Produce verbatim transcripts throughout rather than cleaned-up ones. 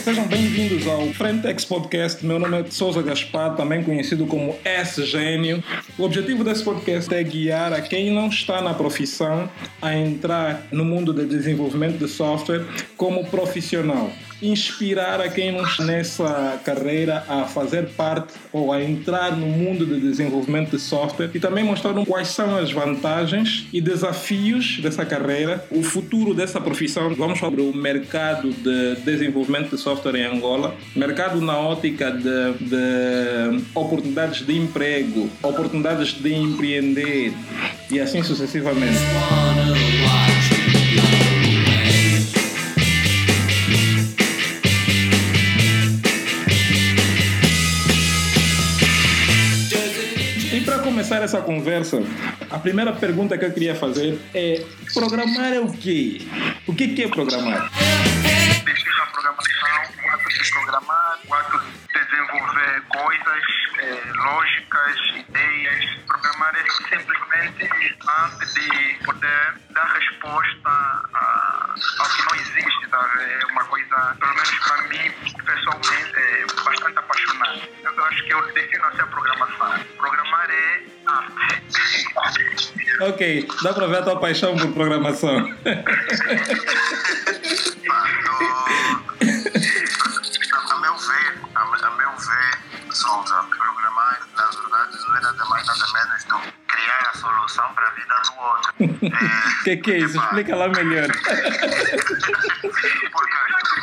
Sejam bem-vindos ao Frentex Podcast. Meu nome é Sousa Gaspar, também conhecido como S-Gênio. O objetivo desse podcast é guiar a quem não está na profissão a entrar no mundo de desenvolvimento de software como profissional. Inspirar a quem não está nessa carreira a fazer parte ou a entrar no mundo de desenvolvimento de software e também mostrar quais são as vantagens e desafios dessa carreira, o futuro dessa profissão. Vamos falar sobre o mercado de desenvolvimento de software em Angola, mercado na ótica de, de oportunidades de emprego, oportunidades de empreender e assim sucessivamente. Começar essa conversa, a primeira pergunta que eu queria fazer é: programar é o quê? O que que é programar? Define a programação, o ato de programar, o ato de desenvolver coisas, eh, lógicas, ideias. Programar é simplesmente a arte de poder dar resposta a, ao que não existe, sabe? É uma coisa, pelo menos para mim, pessoalmente, é bastante apaixonante. Eu acho que eu defino assim a programação. Programar é arte. Ok, dá para ver a tua paixão por programação. A meu ver, a, a meu ver, Sousa, programar, na verdade, não é nada mais nada menos do que criar a solução para a vida do outro. O é, que que é isso? Explica lá melhor. Porque,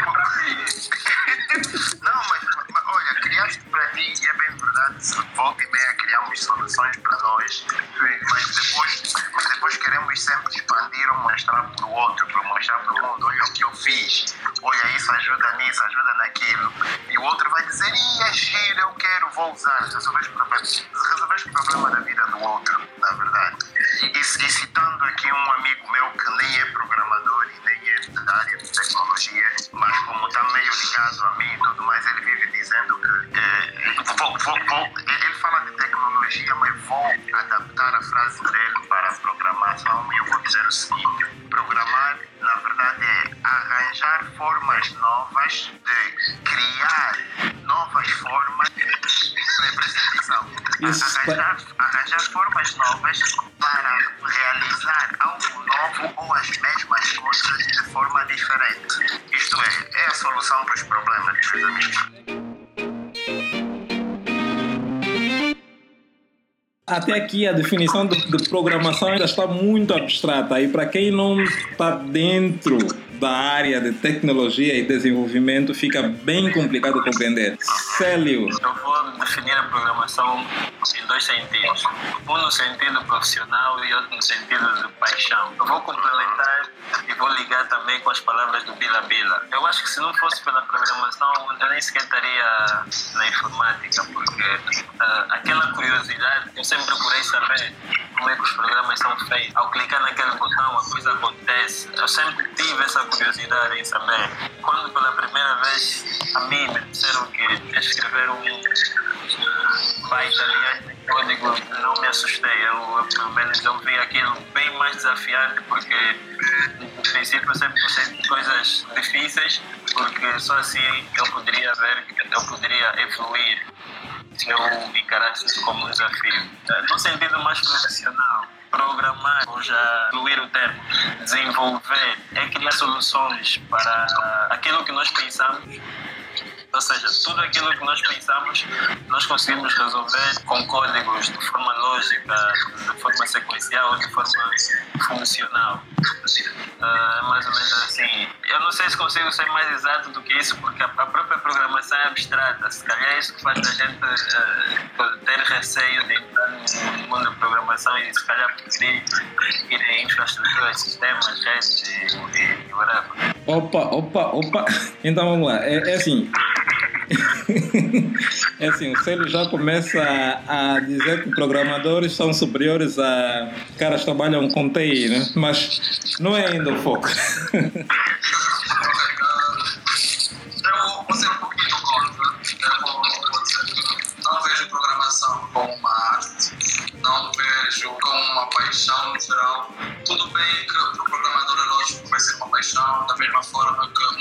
não, mas, mas olha, criaste para mim e é bem verdade, volta e meia criamos soluções para nós, mas depois, mas depois queremos sempre expandir ou mostrar para o outro, para mostrar para o mundo: olha o que eu fiz, olha isso, ajuda nisso, ajuda naquilo. E o outro vai dizer: ih, é giro, eu quero, vou usar. Resolver o problema da vida do outro, na verdade. E, e citando aqui um amigo meu que nem é programador e nem é da área de tecnologia, mas como está meio ligado a mim e tudo mais, ele vive dizendo que eh, vou, vou, vou, ele fala de tecnologia, mas vou adaptar a frase dele para a programação e eu vou dizer o seguinte: programar, na verdade, é arranjar formas novas de criar novas formas de atenção. Arranjar, arranjar formas novas para realizar algo novo ou as mesmas coisas de forma diferente. Isto é, é a solução para os problemas, meus amigos. Até aqui a definição de, de programação ainda está muito abstrata e para quem não está dentro da área de tecnologia e desenvolvimento fica bem complicado compreender. Célio. Eu vou definir a programação em dois sentidos. Um no sentido profissional e outro no sentido de paixão. Eu vou complementar e vou ligar também com as palavras do Bila Bila. Eu acho que se não fosse pela programação eu nem sequer estaria na informática, porque uh, aquela curiosidade, eu sempre procurei saber como é que os programas são feitos. Ao clicar naquele botão a coisa acontece. Eu sempre tive essa curiosidade em saber. Quando pela primeira vez a mim me disseram que escrever um byte ali em código, não me assustei. Eu, eu pelo menos eu vi aquilo bem mais desafiante, porque no princípio eu sempre gostei de coisas difíceis, porque só assim eu poderia ver, eu poderia evoluir se eu encarasse isso como um desafio. No sentido mais profissional, programar, ou já incluir o termo, desenvolver, é criar soluções para aquilo que nós pensamos. Ou seja, tudo aquilo que nós pensamos, nós conseguimos resolver com códigos de forma lógica, de forma sequencial ou de forma funcional. Uh, mais ou menos assim. Eu não sei se consigo ser mais exato do que isso, porque a própria programação é abstrata. Se calhar é isso que faz a gente uh, ter receio de entrar no mundo de programação e se calhar preferir ir em infraestruturas, sistemas, redes e, e, e whatever. Opa, opa, opa. Então vamos lá. É, é assim. É assim, o Célio já começa a, a dizer que programadores são superiores a caras que trabalham com T I, né? Mas não é ainda o foco. Eu vou ser um pouquinho contra. Não vejo programação como uma arte, não vejo como uma paixão no geral. Tudo bem que o programador é lógico vai ser uma paixão, da mesma forma que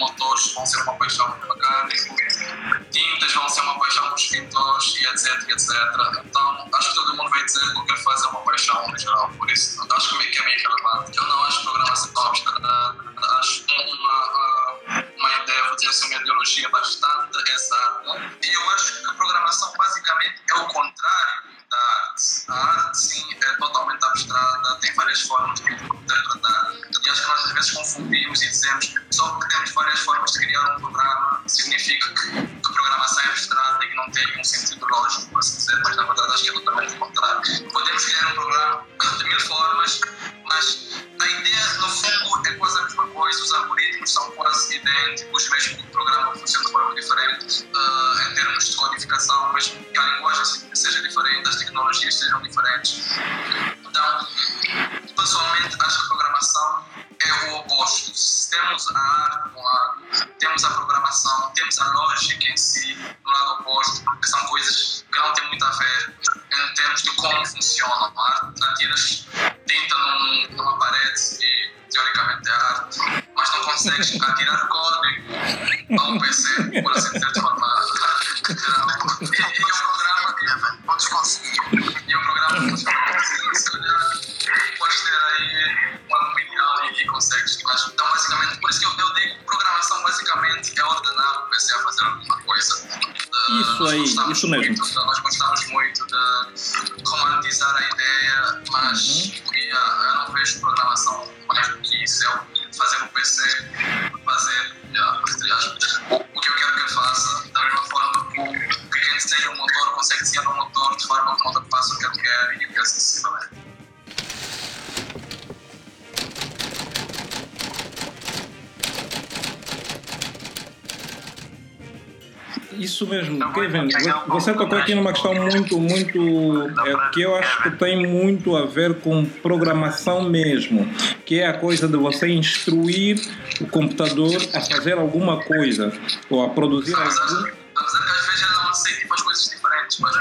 motores vão ser uma paixão do mecânico, tintas vão ser uma paixão dos pintores e etc, etcétera. Então, acho que todo mundo vai dizer que o que ele faz é uma paixão no geral, por isso acho que é meio relevante. Eu não acho programação abstrata, acho uma, uma ideia, vou dizer assim, uma ideologia bastante exata, e eu acho que a programação basicamente é o contrário da arte. A arte, sim, é totalmente abstrata, tem várias formas de interpretar, e acho que nós às vezes confundimos e dizemos só porque temos várias formas de criar um programa significa que, que a programação é abstrata e que não tem um sentido lógico, por assim dizer, mas na verdade acho que é totalmente o contrário. Podemos criar um programa de mil formas, mas a ideia no fundo é quase a mesma coisa, os algoritmos são quase idênticos, mesmo que o programa funcione de forma diferente uh, em termos de codificação, mesmo que a linguagem seja diferente, as tecnologias sejam diferentes. Então, pessoalmente, acho que a programação é o oposto. Se temos a arte de um lado, temos a programação, temos a lógica em si do lado oposto, que são coisas que não têm muito a ver em termos de como funcionam. A arte, atiras tinta num, numa parede e teoricamente é arte, mas não consegues atirar código a um P C, por assim dizer, de forma geral. E, e o programa, podes conseguir. E o programa funciona assim, se calhar podes ter aí um milhão e consegues. Mas, então, basicamente, por isso que eu, eu digo que programação basicamente é ordenar o P C a fazer alguma coisa. Uh, isso aí, isso mesmo. Muito, nós gostamos muito de romantizar a ideia, mas uhum. yeah, eu não vejo programação mais do que isso. É fazer o P C, fazer yeah, o, o que eu quero que ele faça, da mesma forma que, o, que quem desenha um motor consegue desenhar um motor de forma que o motor faça o que ele quer e assim sucessivamente. Isso mesmo, Kevin, você tocou aqui numa questão muito, muito, é, que eu acho que tem muito a ver com programação mesmo, que é a coisa de você instruir o computador a fazer alguma coisa, ou a produzir algum... Apesar que às vezes ele não aceita as coisas diferentes, mas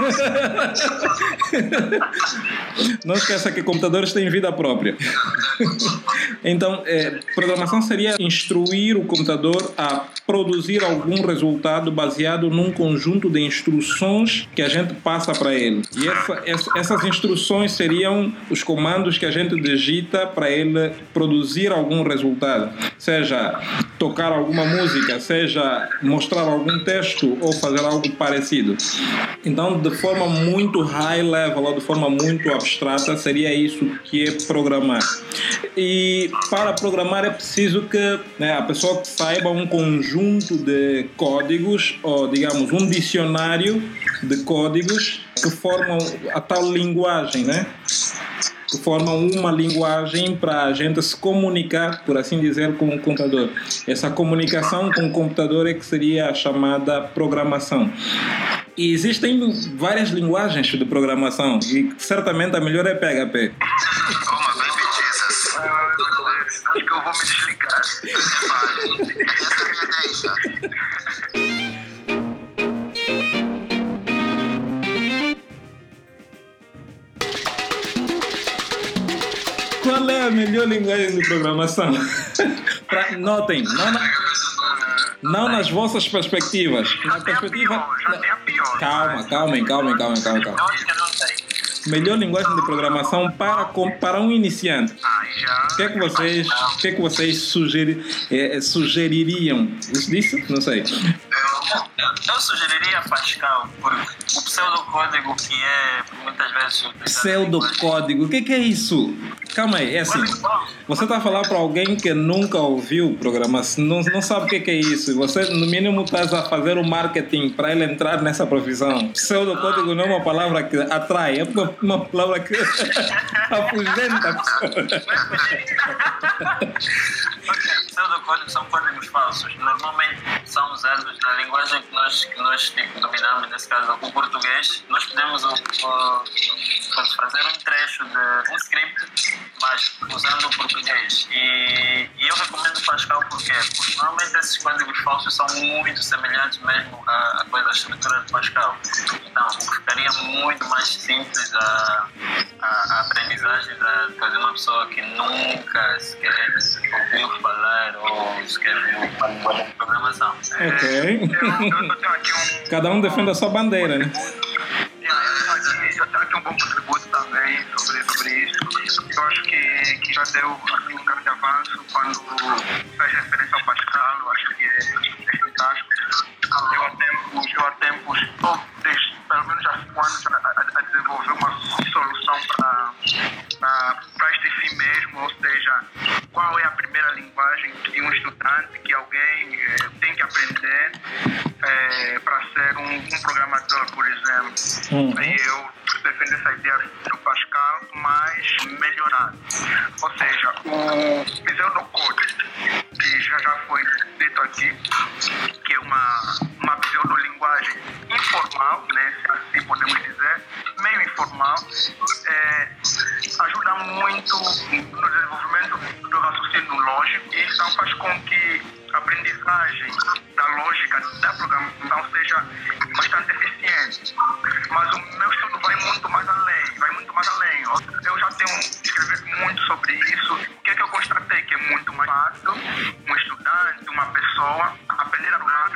não esqueça que computadores têm vida própria. Então, é, programação seria instruir o computador a produzir algum resultado baseado num conjunto de instruções que a gente passa para ele. E essa, essa, essas instruções seriam os comandos que a gente digita para ele produzir algum resultado. Seja tocar alguma música, seja mostrar algum texto ou fazer algo parecido. Então, de forma muito high level ou de forma muito abstrata, seria isso que é programar. E para programar é preciso que, né, a pessoa saiba um conjunto de códigos, ou digamos um dicionário de códigos que formam a tal linguagem, né? Que formam uma linguagem para a gente se comunicar, por assim dizer, com o computador. Essa comunicação com o computador é que seria a chamada programação. E existem várias linguagens de programação e certamente a melhor é P H P. Acho que eu vou me desligar. Essa é a minha deixa. Qual é a melhor linguagem de programação? pra, notem, não, na, não nas vossas perspectivas. Na perspectiva. Calma, calma, calma, calma, calma, calma. Melhor linguagem de programação para, para um iniciante. O que é que vocês, o que é que vocês sugeri, é, sugeririam? Isso disse? Não sei. Eu sugeriria Pascal, porque o pseudocódigo que é muitas vezes pseudocódigo, o que, que é isso? Calma aí, é assim, você está a falar para alguém que nunca ouviu programação, não, não sabe o que, que é isso, você no mínimo está a fazer o marketing para ele entrar nessa profissão. Pseudocódigo não é uma palavra que atrai, é uma, uma palavra que afugenta a pessoa. Ok, pseudocódigos são códigos falsos, normalmente são usados na linguagem que nós, que nós tipo, dominamos, nesse caso o português. Nós podemos o, o, fazer um trecho de um script, mas usando o português. E, e eu recomendo Pascal porque, porque normalmente esses códigos falsos são muito semelhantes mesmo à, à coisa, à estrutura de Pascal. Então, o que ficaria muito mais simples a, a, a aprendizagem da, de uma pessoa que nunca sequer ouviu falar ou ou escrever uma linguagem de programação. Ok. Eu, eu, eu tenho aqui um... Cada um defende a sua bandeira, né? Yeah, eu tenho aqui, eu tenho aqui um bom contributo também sobre, sobre isso. Eu acho que, que já deu assim, um grande avanço quando faz referência ao Pascal. Eu acho que é, é fantástico. Eu há tempos, eu há tempos estou desde pelo menos há cinco anos a, a, a desenvolver uma solução para este fim mesmo, ou seja, qual é a primeira linguagem que um estudante, que alguém eh, tem que aprender eh, para ser um, um programador, por exemplo. Uhum. E eu defendo essa ideia do Pascal, mas melhorado. Ou seja, o pseudocode, que já, já foi dito aqui, que é uma, uma pseudolinguagem informal, né, se assim podemos dizer, meio informal, é, ajuda muito no desenvolvimento do raciocínio lógico e então faz com que a aprendizagem da lógica da programação seja bastante eficiente. Mas o meu estudo vai muito mais além, vai muito mais além. Eu já tenho escrevido muito sobre isso. O que é que eu constatei? Que é muito mais fácil um estudante, uma pessoa, aprender a programar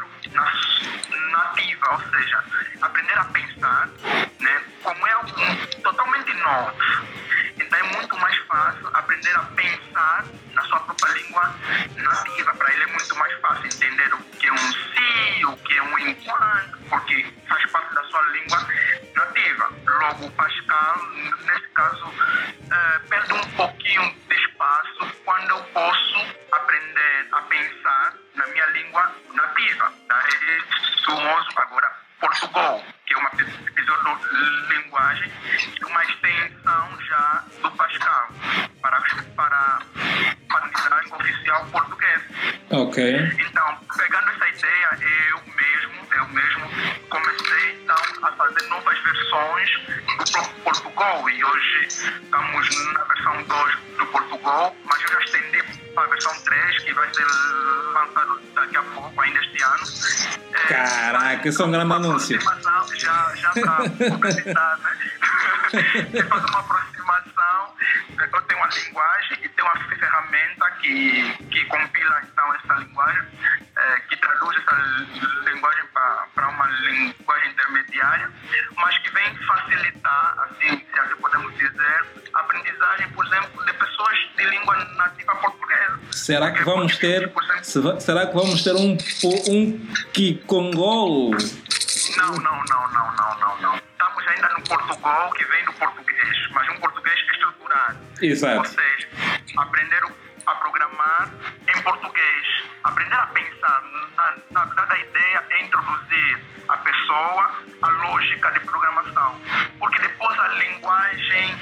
na nativa, ou seja, aprender a pensar, né, como é algo totalmente novo. Então é muito mais fácil aprender a pensar na sua própria língua nativa. Para ele é muito mais fácil entender o que é um si, o que é um enquanto, porque faz parte da sua língua nativa. Logo, o Pascal, nesse caso, eh, perde um pouquinho de espaço quando eu posso aprender a pensar na minha língua nativa. Daí, famoso agora Portugal, que é uma pseudolinguagem, uma extensão já do Pascal para, para a aprendizagem oficial portuguesa. Ok. Então, pegando essa ideia, eu mesmo, eu mesmo comecei então a fazer novas versões do próprio Portugal e hoje estamos na versão dois do Portugal, mas eu já estendi para a versão três, que vai ser lançado daqui a pouco, ainda este ano. É, Caraca, isso é um grande anúncio. Já, já está publicitado, né? Você faz uma aproximação, eu tenho uma linguagem e tenho uma ferramenta que, que compila então essa linguagem, é, que traduz essa linguagem para uma linguagem intermediária, mas que vem facilitar, assim, se assim podemos dizer, a aprendizagem, por exemplo, de pessoas de língua nativa portuguesa. Será que vamos ter, será que vamos ter um, um Kikongol? Não, não, não, não, não, não, não. Estamos ainda no Portugal, que vem do português, mas um português estruturado. Exato. Ou seja, aprender a programar em português. Aprender a pensar. Na, na verdade, a ideia é introduzir a pessoa a lógica de programação. Porque depois a linguagem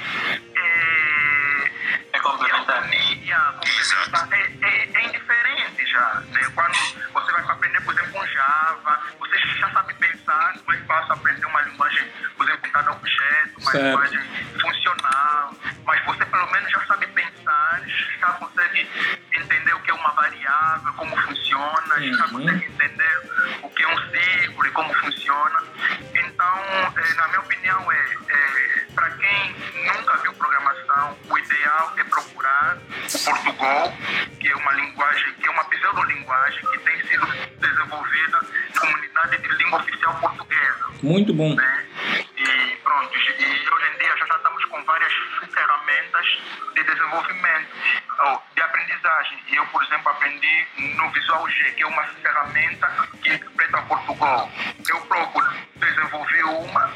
é, é complementar. É, é, é, é indiferente já. Né? Quando você vai aprender, por exemplo, um Java, você já sabe pensar, mais fácil aprender uma linguagem, por exemplo, cada objeto, uma certo. linguagem funcional, mas você pelo menos já sabe pensar, já consegue entender o que é uma variável, como funciona, uhum. já consegue entender o que é um ciclo e como funciona. Então, é, na minha opinião, é, é para quem nunca viu programação, o ideal é procurar o Portugal, que é uma linguagem, que é uma pseudolinguagem que tem sido desenvolvida na comunidade de língua oficial portuguesa. Muito bom. Né? E pronto, e hoje em dia já, já estamos com várias ferramentas de desenvolvimento, de aprendizagem. Eu, por exemplo, aprendi no Visual G, que é uma ferramenta que interpreta Portugal. Eu próprio desenvolvi uma,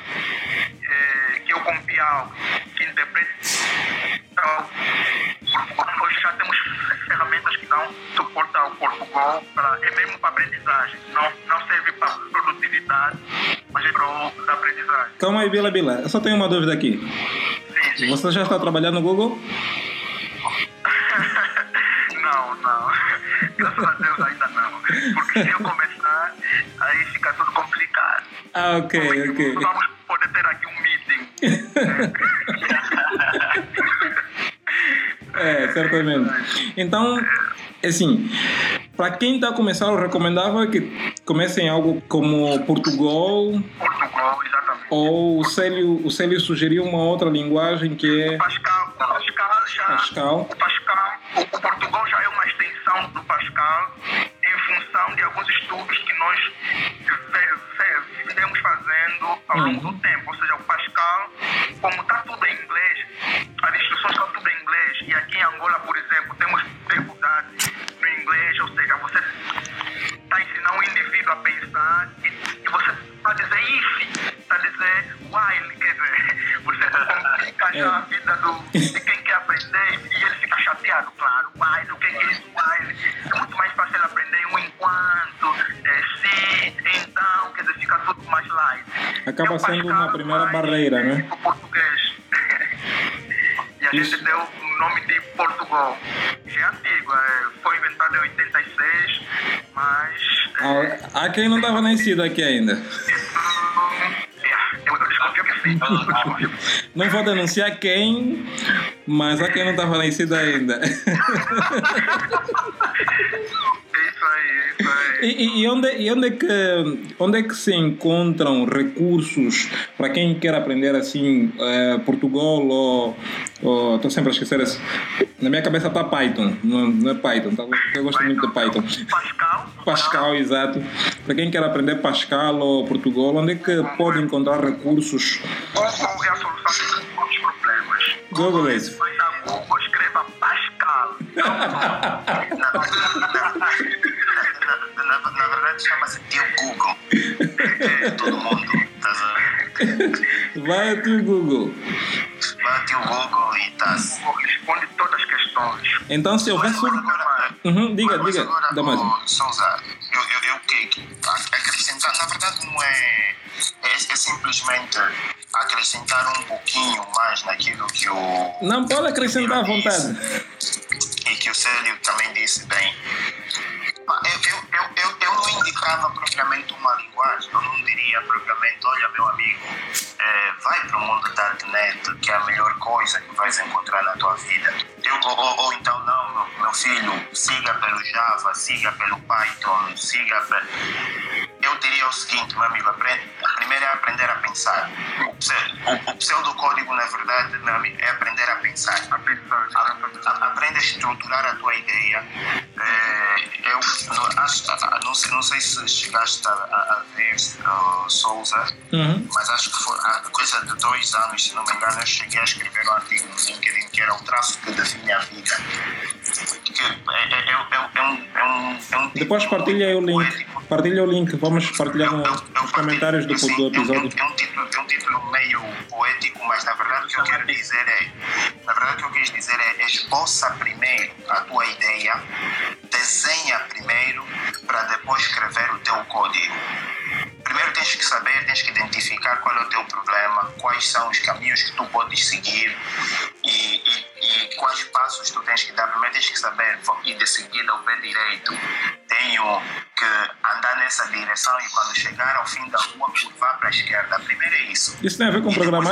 é, que é o Compial, que interpreta Portugal. Hoje já temos ferramentas que dão suporte ao Portugal, pra, é mesmo para aprendizagem. Não, não serve para produtividade, mas é para a aprendizagem. Calma aí, Bila Bila. Eu só tenho uma dúvida aqui. Sim, sim. Você já está trabalhando no Google? Não, não. Graças a Deus ainda não. Porque se eu começar, aí fica tudo complicado. Ah, ok, ok. Vamos poder ter aqui um meeting. É, certamente. Então, assim, para quem está a começar, eu recomendava que comecem algo como Portugal. Portugal, exatamente. Ou o Célio, o Célio sugeriu uma outra linguagem que é Pascal, Pascal já. Pascal. O Pascal, o, o Portugal já é uma extensão do Pascal em função de alguns estudos que nós fizemos fazendo ao longo do tempo. Ou seja, o Pascal, como está tudo em inglês, as instruções estão tudo em inglês, e aqui em Angola, por exemplo, temos dificuldade no inglês, ou seja, você está ensinando um indivíduo a pensar e, e você está a dizer if, está a dizer while, quer dizer, você complica já a vida do, de quem quer aprender e ele fica chateado, claro, while, o que é isso, while? É muito mais fácil aprender um enquanto, é, se, então, quer dizer, fica tudo mais light. Acaba então, sendo uma primeira barreira, né? O português. E a Isso. gente deu o nome de Portugal. É antigo, é, foi inventado em oitenta e seis, mas... É, há, há quem não estava nascido aqui ainda. Eu, eu desconfio que sim. Eu desconfio. Não vou denunciar quem, mas há quem não estava nascido ainda. Isso aí, isso aí. E, e, onde, e onde, é que, onde é que se encontram recursos para quem quer aprender assim uh, Portugal ou... Estou sempre a esquecer isso. Na minha cabeça está Python, não, não é Python, tá? Eu gosto muito de Python. Pascal. Pascal, exato. Para quem quer aprender Pascal ou Portugal, onde é que pode encontrar recursos? Google é a solução de todos os problemas. Google é isso. Vai na Google, escreva Pascal. Na, na, na, na verdade chama-se Tio Google. É, todo mundo, estás a ver? Vai ao teu Google. Vai ao teu Google e estás. Responde todas as questões. Então se houvesse um... Agora, Uhum, diga, mas diga. agora, Dá mais. oh, Sousa, eu, eu, eu que acrescentar, na verdade não é, é, é simplesmente acrescentar um pouquinho mais naquilo que o... Não, pode acrescentar à vontade. E que o Célio também disse bem. Eu, eu, eu, eu, eu não indicava propriamente uma linguagem, eu não diria propriamente, olha meu amigo, é, vai para o mundo da internet, que é a melhor coisa que vais encontrar na tua vida. Eu, ou, ou, ou então não, meu, meu filho, siga pelo Java, siga pelo Python, siga pelo... Eu diria o seguinte, meu amigo, aprende, primeiro é aprender a pensar. O, o, o pseudocódigo, na verdade, meu amigo, é aprender a pensar. A pensar. A, a, aprende a estruturar a tua ideia. É, eu não, acho, não, sei, não sei se chegaste a, a, a ver uh, Sousa, Uhum. mas acho que foi a coisa de dois anos, se não me engano, eu cheguei a escrever um artigo no LinkedIn que era o traço que define a vida. Que é, é, é, é, um, é, um, é um Depois partilha aí o link. poético. Partilha o link. Vamos partilhar no, Eu- eu- eu nos comentários do, sim, do episódio. É um, é, um título, é um título meio poético, mas na verdade o que eu quero dizer é, na verdade o que eu quis dizer é, esboça primeiro a tua ideia, desenha primeiro para depois escrever o teu código. Primeiro tens que saber, tens que identificar qual é o teu problema, quais são os caminhos que tu podes seguir e, e, e quais passos tu tens que dar. Primeiro tens que saber, e de seguida ao pé direito, tenho que andar nessa direção e quando chegar ao fim da rua curvar para a esquerda. Primeiro é isso. Isso tem a ver com programar?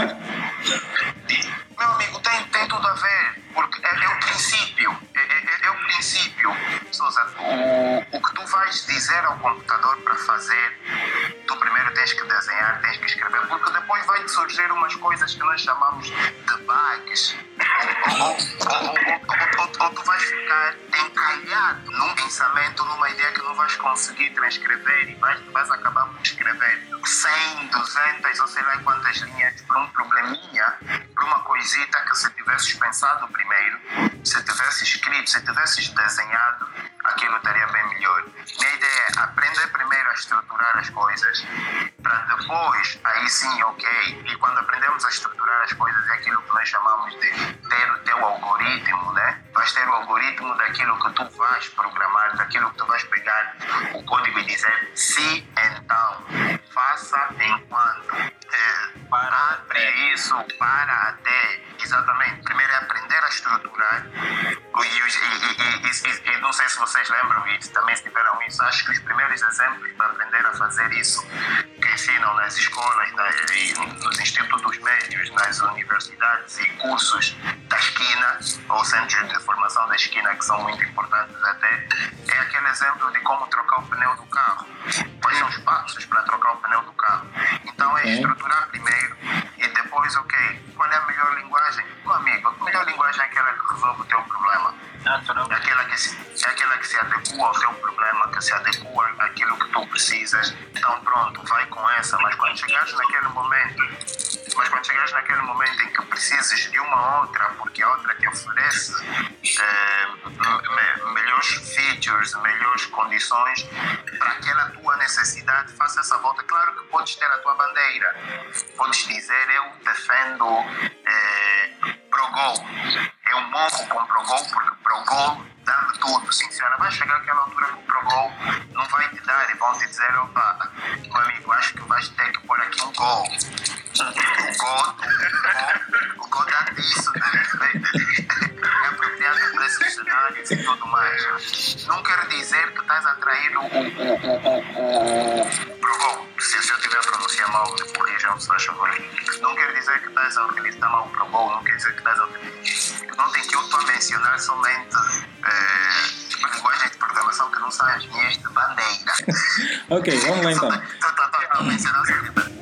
Meu amigo, tem, tem tudo a ver, porque é, é o princípio, é, é, é o princípio, Sousa, o, o que tu vais dizer ao computador para fazer, tu primeiro tens que desenhar, tens que escrever, porque depois vai surgir umas coisas que nós chamamos de bugs, ou, ou, ou, ou, ou, ou tu vais ficar encalhado num pensamento, numa ideia que não vais conseguir transcrever e vais, vais acabar por escrever cem, duzentas ou sei lá quantas linhas por um probleminha, por uma coisita que se tivesses pensado primeiro, se tivesses escrito, se tivesses desenhado, aquilo estaria bem melhor. Minha ideia é aprender primeiro a estruturar as coisas, para depois, aí sim, ok. E quando aprendemos a estruturar as coisas, é aquilo que nós chamamos de ter o teu algoritmo, né? Vais ter o algoritmo daquilo que tu vais programar, daquilo que tu vais pegar o código e dizer se, então, faça enquanto, é, para abre isso, para até, exatamente. Primeiro é aprender a estruturar. E, e, e, e, e não sei se vocês lembram e também se tiveram isso, acho que os primeiros exemplos para aprender a fazer isso que ensinam nas escolas, nas, e nos institutos médios, nas universidades e cursos da esquina, ou centros de formação da esquina, que são muito importantes até, é aquele exemplo de como trocar o pneu do carro. Quais são os passos para trocar o pneu do carro? Então é estruturar primeiro e depois, ok, qual é a melhor linguagem? Meu amigo, a melhor linguagem é aquela que resolve o teu problema. Isso adequa ao teu problema, que se adequa àquilo que tu precisas. Então pronto, vai com essa. Mas quando chegares naquele momento, mas quando chegares naquele momento em que precisas de uma outra, porque a outra te oferece eh, me, melhores features, melhores condições para aquela tua necessidade, faça essa volta. Claro que podes ter a tua bandeira, podes dizer eu defendo eh, ProGo, eu morro com ProGo porque ProGo dá-me tudo. Sim, senhora, vai chegar aquela altura que o ProGo não vai te dar e vão te dizer, opa, meu amigo, acho que vais ter que pôr aqui um Go. O Go, o Go dá-te isso, é apropriado para esses cenários e tudo mais. Não quer dizer que estás a atrair o, o, o, o, o ProGo. Se, se eu estiver a pronunciar mal, me corrijam, se faz favor. Não quer dizer que estás a utilizar mal o ProGo, não quer dizer que estás a utilizar. Não tem que eu estou a mencionar somente eh, tipo, linguagem de programação que não são as minhas de bandeira. Ok, vamos lá então. Estou a mencionar somente.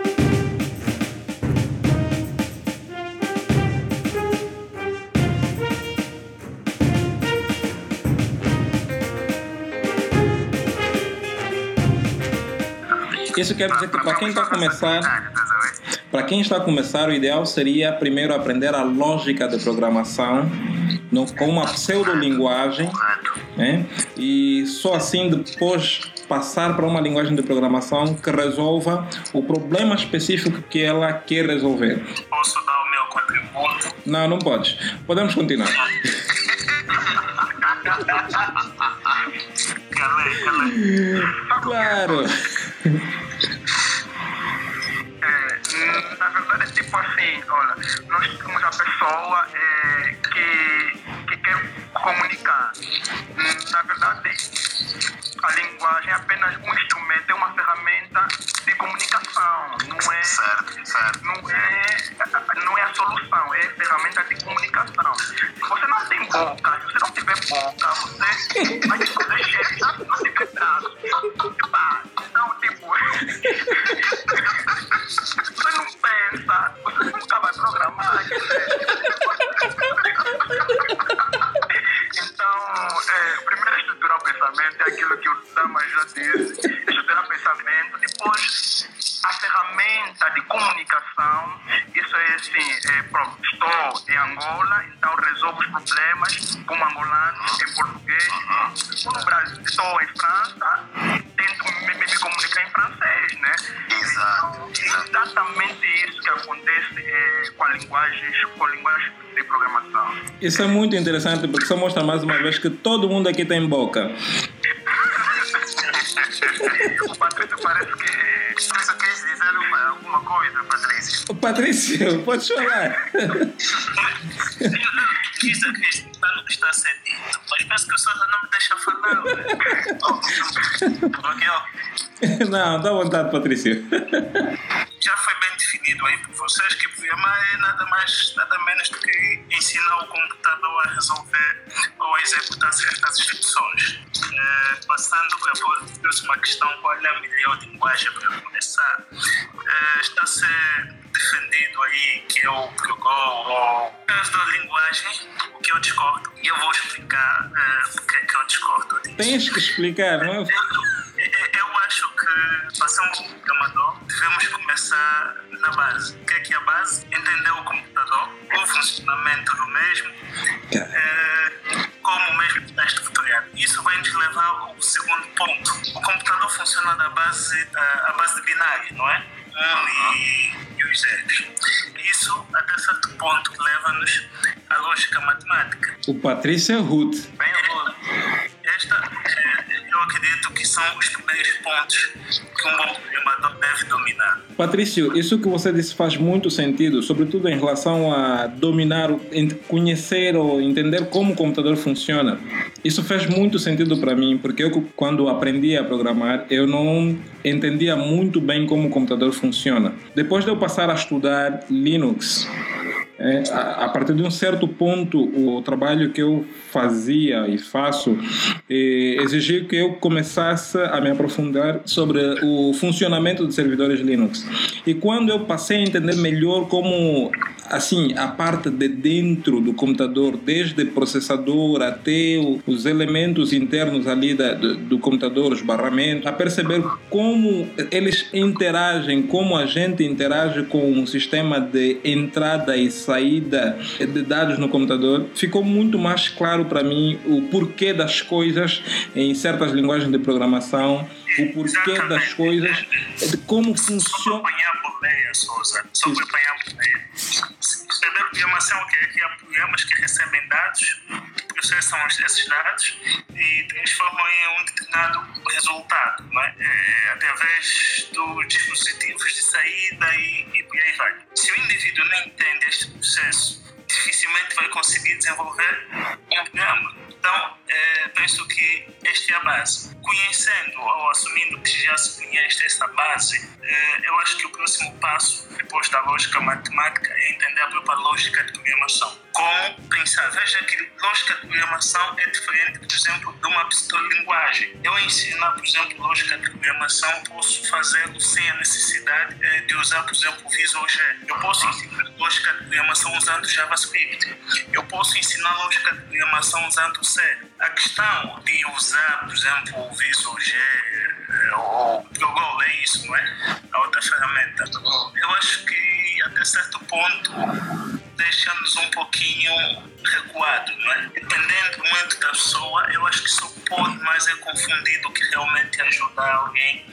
Isso quer dizer que para quem está a começar, para quem está a começar, o ideal seria primeiro aprender a lógica de programação no, com uma pseudolinguagem, né? E só assim depois passar para uma linguagem de programação que resolva o problema específico que ela quer resolver. Posso dar o meu contributo? Não, não podes. Podemos continuar. Calei, calei. Claro. É, na verdade é tipo assim, olha, nós temos a pessoa é, que, que quer comunicar. Na verdade, a linguagem é apenas um instrumento, é uma ferramenta de comunicação, não é, certo, certo. Não é, não é a solução, é a ferramenta de comunicação. Se você não tem boca, se você não tiver boca, você vai te fazer chefe, se não tiver braço. Então, tipo, você não pensa, você nunca vai programar. Então, é, primeiro estruturar o pensamento, é aquilo que o Dama já disse, estruturar o pensamento, depois a ferramenta de comunicação, isso é assim, é, pronto, estou em Angola, então resolvo os problemas como angolano, em português, estou no Brasil, estou em França, tento me, me, me comunicar em francês, né? Exato. Então, é exatamente isso que acontece é, com a linguagem, com a linguagem de programação. Isso é muito interessante porque só mostra mais uma vez que todo mundo aqui tem boca. O Patrício parece que... Você quer dizer uma, alguma coisa, Patrício? Patrício, pode falar. Isso aqui está sentindo, mas penso que o senhor não me deixa falar. Ok, ó. Não, dá vontade, Patrício. Já foi bem definido aí por vocês que programar é nada mais, nada menos do que ensinar o computador a resolver ou a executar certas instruções. É, passando para a próxima questão, qual é a melhor linguagem para começar? É, está a ser defendido aí que é o ProGo ou o caso da linguagem, o que eu discordo. E eu vou explicar é, o que é que eu discordo. Tens que explicar, não é? Eu acho que, passando como programador, devemos começar na base. O que é que é a base? Entender o computador, o funcionamento do mesmo, é, como o mesmo está estruturado. Isso vai nos levar ao segundo ponto. O computador funciona da base, a base de binário, não é? Um e, e os zeros. Isso, até certo ponto, leva-nos à lógica matemática. O Patrício é rude. Bem, esta, é, eu acredito que são os primeiros pontos que um bom programador deve dominar. Patrício, isso que você disse faz muito sentido, sobretudo em relação a dominar, conhecer ou entender como o computador funciona. Isso fez muito sentido para mim, porque eu, quando aprendi a programar, eu não entendia muito bem como o computador funciona. Depois de eu passar a estudar Linux, É, a, a partir de um certo ponto, o trabalho que eu fazia e faço eh, exigiu que eu começasse a me aprofundar sobre o funcionamento de servidores Linux. E quando eu passei a entender melhor como assim, a parte de dentro do computador, desde processador até o, os elementos internos ali da, do, do computador, os barramentos, a perceber como eles interagem, como a gente interage com um sistema de entrada e saída de dados no computador, ficou muito mais claro para mim o porquê das coisas em certas linguagens de programação, o porquê Exatamente. das coisas, de como funciona. Só para apanhar por meia, Sousa, só para apanhar por meia. Perceber programação que é que há programas que recebem dados, processam esses dados e transformam em um determinado resultado, não é? É, através dos dispositivos de saída e, e por aí vai. Se o indivíduo não entende este processo, dificilmente vai conseguir desenvolver um programa. Então, é, penso que esta é a base. Conhecendo ou assumindo que já se conhece essa base, é, eu acho que o próximo passo, depois da lógica matemática, é entender a própria lógica de programação. Como pensar? Veja que lógica de programação é diferente, por exemplo, de uma pseudolinguagem. Eu ensinar, por exemplo, lógica de programação, posso fazê-lo sem a necessidade é, de usar, por exemplo, o Visual G. Eu posso ensinar lógica de programação usando JavaScript. Eu posso ensinar lógica de programação usando C. A questão de usar, por exemplo, o Visual G ou o Progol, é isso, não é? A outra ferramenta. Eu acho que, até certo ponto, deixa-nos um pouquinho recuado, não é? Dependendo muito da pessoa, eu acho que só pode mais é confundir do que realmente ajudar alguém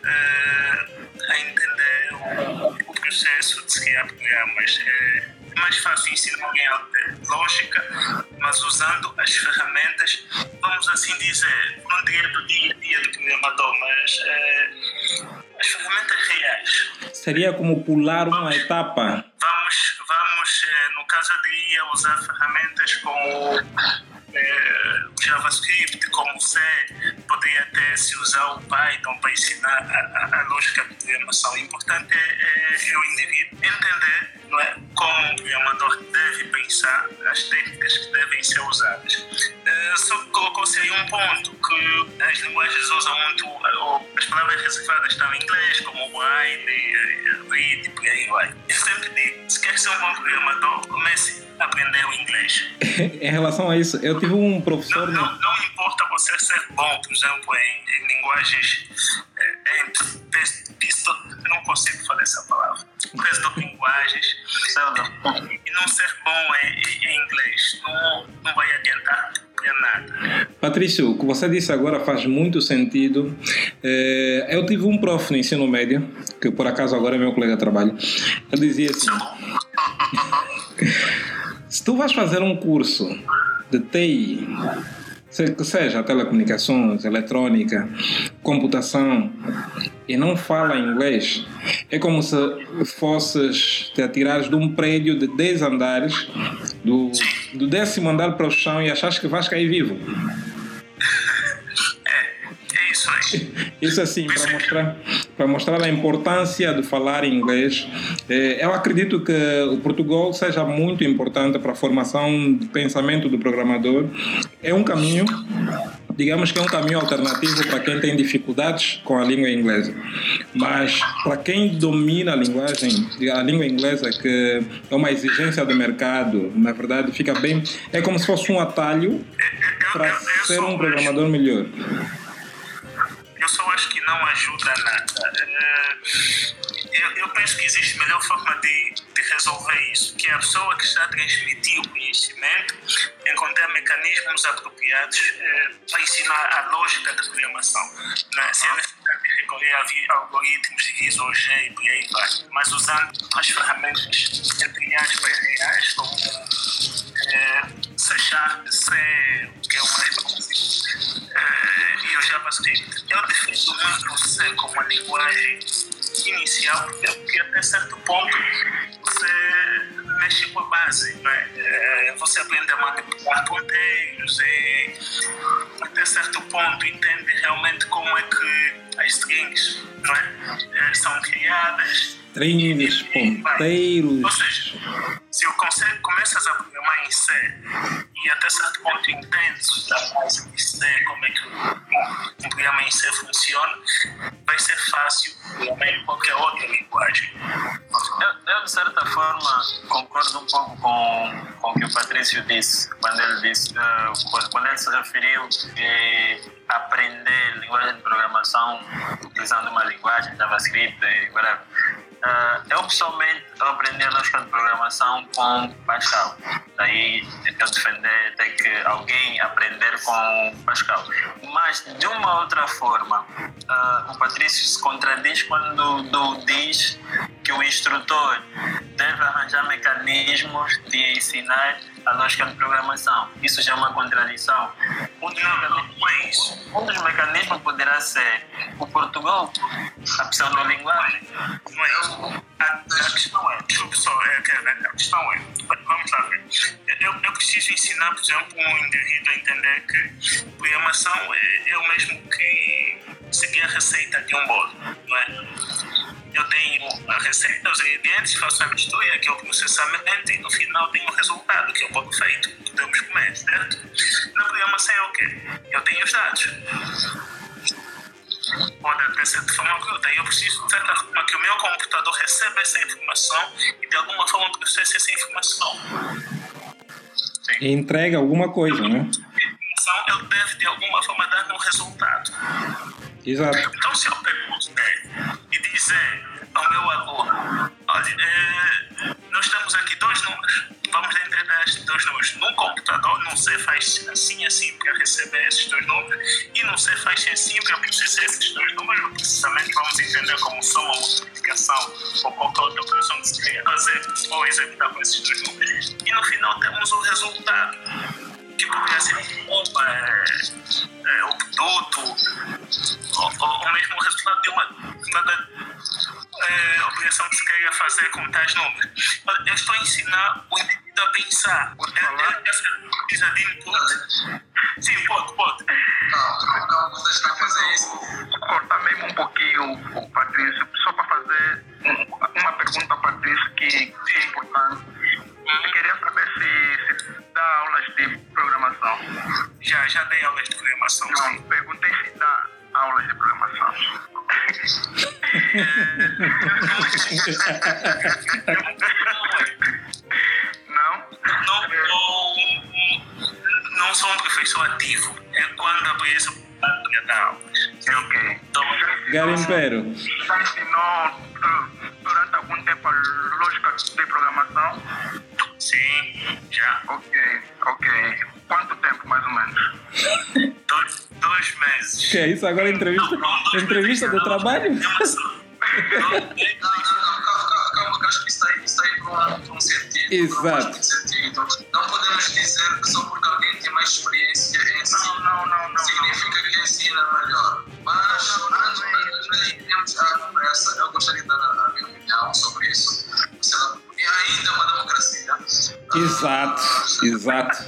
uh, a entender o, o processo de se criar programas. É, É mais fácil ensinar alguém a ter lógica, mas usando as ferramentas, vamos assim dizer, não diria do dia a dia do programador, mas é, as ferramentas reais. Seria como pular uma vamos, etapa? Vamos, vamos é, no caso eu diria usar ferramentas como é, o JavaScript, como o C, poderia até se usar o Python para ensinar a, a, a lógica de programação. O importante é, é o indivíduo entender, não é, como o programador deve pensar, as técnicas que devem ser usadas. Uh, só que colocou-se aí um ponto que as linguagens usam muito, uh, as palavras reservadas estão em inglês, como while, uh, read e por aí vai. Eu sempre digo, se quer ser um bom programador, comece a aprender o inglês. Em relação a isso, eu tive um professor... Não, não, não importa você ser bom, por exemplo, em, em linguagens... É, em pisto, eu não consigo falar essa palavra. Peso de linguagens. E não ser bom em, em inglês não, não vai adiantar para nada. Patrício, o que você disse agora faz muito sentido. Eu tive um prof no ensino médio, que por acaso agora é meu colega de trabalho. Ele dizia assim... Se tu vais fazer um curso de T I, seja telecomunicações, eletrônica, computação, e não fala inglês, é como se fosses te atirares de um prédio de dez andares, do, do décimo andar para o chão, e achas que vais cair vivo. É isso aí. Isso assim, para mostrar, para mostrar a importância de falar inglês. Eu acredito que o Portugal seja muito importante para a formação de pensamento do programador. É um caminho, digamos que é um caminho alternativo para quem tem dificuldades com a língua inglesa. Mas para quem domina a linguagem, a língua inglesa, que é uma exigência do mercado, na verdade fica bem, é como se fosse um atalho para ser um programador melhor. Eu só acho que não ajuda nada. Eu, eu penso que existe a melhor forma de, de resolver isso, que é a pessoa que está a transmitir o conhecimento encontrar mecanismos apropriados eh, para ensinar a lógica da programação. Né? Se é necessário recorrer a algoritmos de Visual G e por aí vai, mas usando as ferramentas, entre aspas, reais, como eh, C Sharp, C, que é o mais básico, eh, e o JavaScript. Eu defendo muito o C como uma linguagem inicial, porque até certo ponto você mexe com a base, né? É, você aprende a manipular ponteiros e até certo ponto entende realmente como é que as strings, né, é, são criadas. Strings, ponteiros. Ou seja, se eu consigo, começas a programar em C e e até certo ponto intenso da base de C, como é que um programa em C funciona, vai ser fácil em qualquer outra linguagem. Eu, eu, de certa forma, concordo um pouco com, com o que o Patrício disse, quando ele, disse, uh, quando ele se referiu que aprender linguagem de programação utilizando uma linguagem, JavaScript, whatever. Uh, eu pessoalmente aprendi a lógica de programação com Pascal. Daí eu defender até que alguém aprender com Pascal. Mas de uma outra forma, uh, o Patrício se contradiz quando do, diz que o instrutor deve arranjar mecanismos de ensinar a lógica de programação. Isso já é uma contradição. Um dos, mecanismos, um dos mecanismos poderá ser o Portugal, a pseudolinguagem. Não é? A, a questão é, desculpe só, é, a questão é, vamos lá ver. Eu, eu preciso ensinar, por exemplo, um indivíduo a entender que programação é, é o mesmo que seguir a receita de um bolo, não é? Eu tenho a receita, os ingredientes, faço a mistura, aqui é o processamento e no final tenho o resultado, que é o bolo feito, que podemos comer, certo? Na programação é o quê? Eu tenho os dados. Pode até ser de forma bruta, e eu preciso de certa forma que o meu computador receba essa informação e de alguma forma processe essa informação. Sim. E entrega alguma coisa, né? A informação ele deve de alguma forma dar um resultado. Exato. Então, se eu pergunto e dizer ao meu aluno, olha, é, nós temos aqui dois números, vamos entender estes dois números. Num computador, não se faz assim assim para receber esses dois números e não se faz assim para processar esses dois números. O processamento vamos entender como soma, multiplicação ou qualquer outra operação que se queira fazer ou executar com esses dois números. E no final temos o resultado, que poderia ser uma, é, é, o produto ou, ou, ou mesmo o resultado de uma, uma é, operação que se queira fazer com tais números. Eu estou a ensinar o indivíduo a pensar. Ele precisa de input. Sim, pode, pode. Não, não, vou deixar fazer isso. Cortar mesmo um pouquinho o Patrício, só para fazer uma pergunta ao Patrício que é importante. Eu queria saber se, se dá aulas de programação. Já, já dei aulas de programação. Não, sim. Perguntei se dá aulas de programação. Não? Não, não, não sou um professor ativo. É quando apareço para dar aulas. É ok. Então, Garimpero. Já ensinou durante algum tempo a lógica de programação? Sim, já. Ok, ok. Quanto tempo, mais ou menos? Dois, dois meses. Que é isso? Agora entrevista, Não, não, dois entrevista meses, do não, trabalho? Não, não, Não, não, não, calma, calma, que acho que isso aí, isso aí por um, por um sentido. Exato. Por um sentido. Não podemos dizer que só porque alguém tem mais experiência em ensinar, Não, não, não. significa que ensina melhor. Mas, antes de irmos à conversa, eu gostaria de dar a minha opinião sobre isso. E ainda é uma democracia. Exato, exato.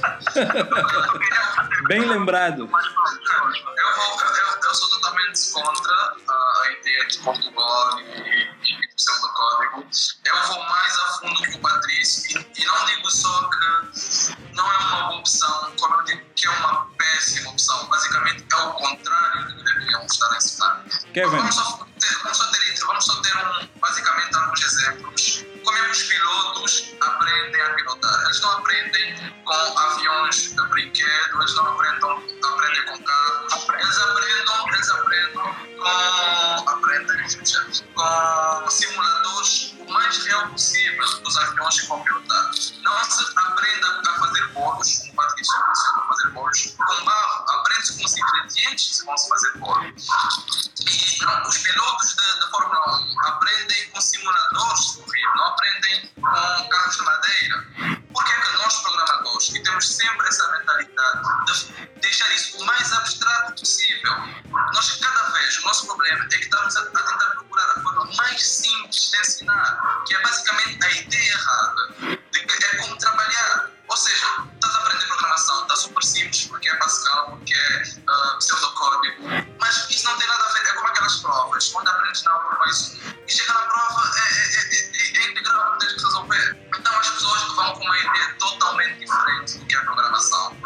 Bem lembrado. Eu, vou, eu, eu sou totalmente contra a, a ideia de Portugal e, e pseudocódigo. Eu vou mais a fundo que o Patrício e, e não digo só que não é uma boa opção, como eu digo que é uma péssima opção. Basicamente é o contrário do que deveríamos estar a ensinar. Kevin. Vamos só ter, vamos só ter, vamos só ter um, basicamente alguns exemplos. Como é que os pilotos aprendem a pilotar? Eles não aprendem com aviões de brinquedo, eles não aprendem, aprendem com carros, eles aprendem, eles aprendem com, aprendem, com simuladores o mais real possível dos aviões que vão pilotar. Não se aprende a fazer bolos, como o Patrício mencionou, a fazer bolos com barro, aprende-se com os ingredientes que vão se fazer bolo. E não, os pilotos de, de Fórmula um aprendem com simuladores de corrida, não aprendem com carros de madeira. Por que é que nós, programadores, que temos sempre essa mentalidade de deixar isso o mais abstrato possível, nós cada vez, o nosso problema é que estamos a, a tentar procurar a forma mais simples de ensinar, que é basicamente a ideia errada, de que é como trabalhar. Ou seja, estás a aprender programação, está super simples, porque é Pascal, porque é uh, pseudocódigo, mas isso não tem nada a ver, é como aquelas provas, quando aprendes na por mais um, e chega na prova, é, é, é, é integral, tens que resolver. Então as pessoas que vão com uma ideia totalmente diferente do que é programação,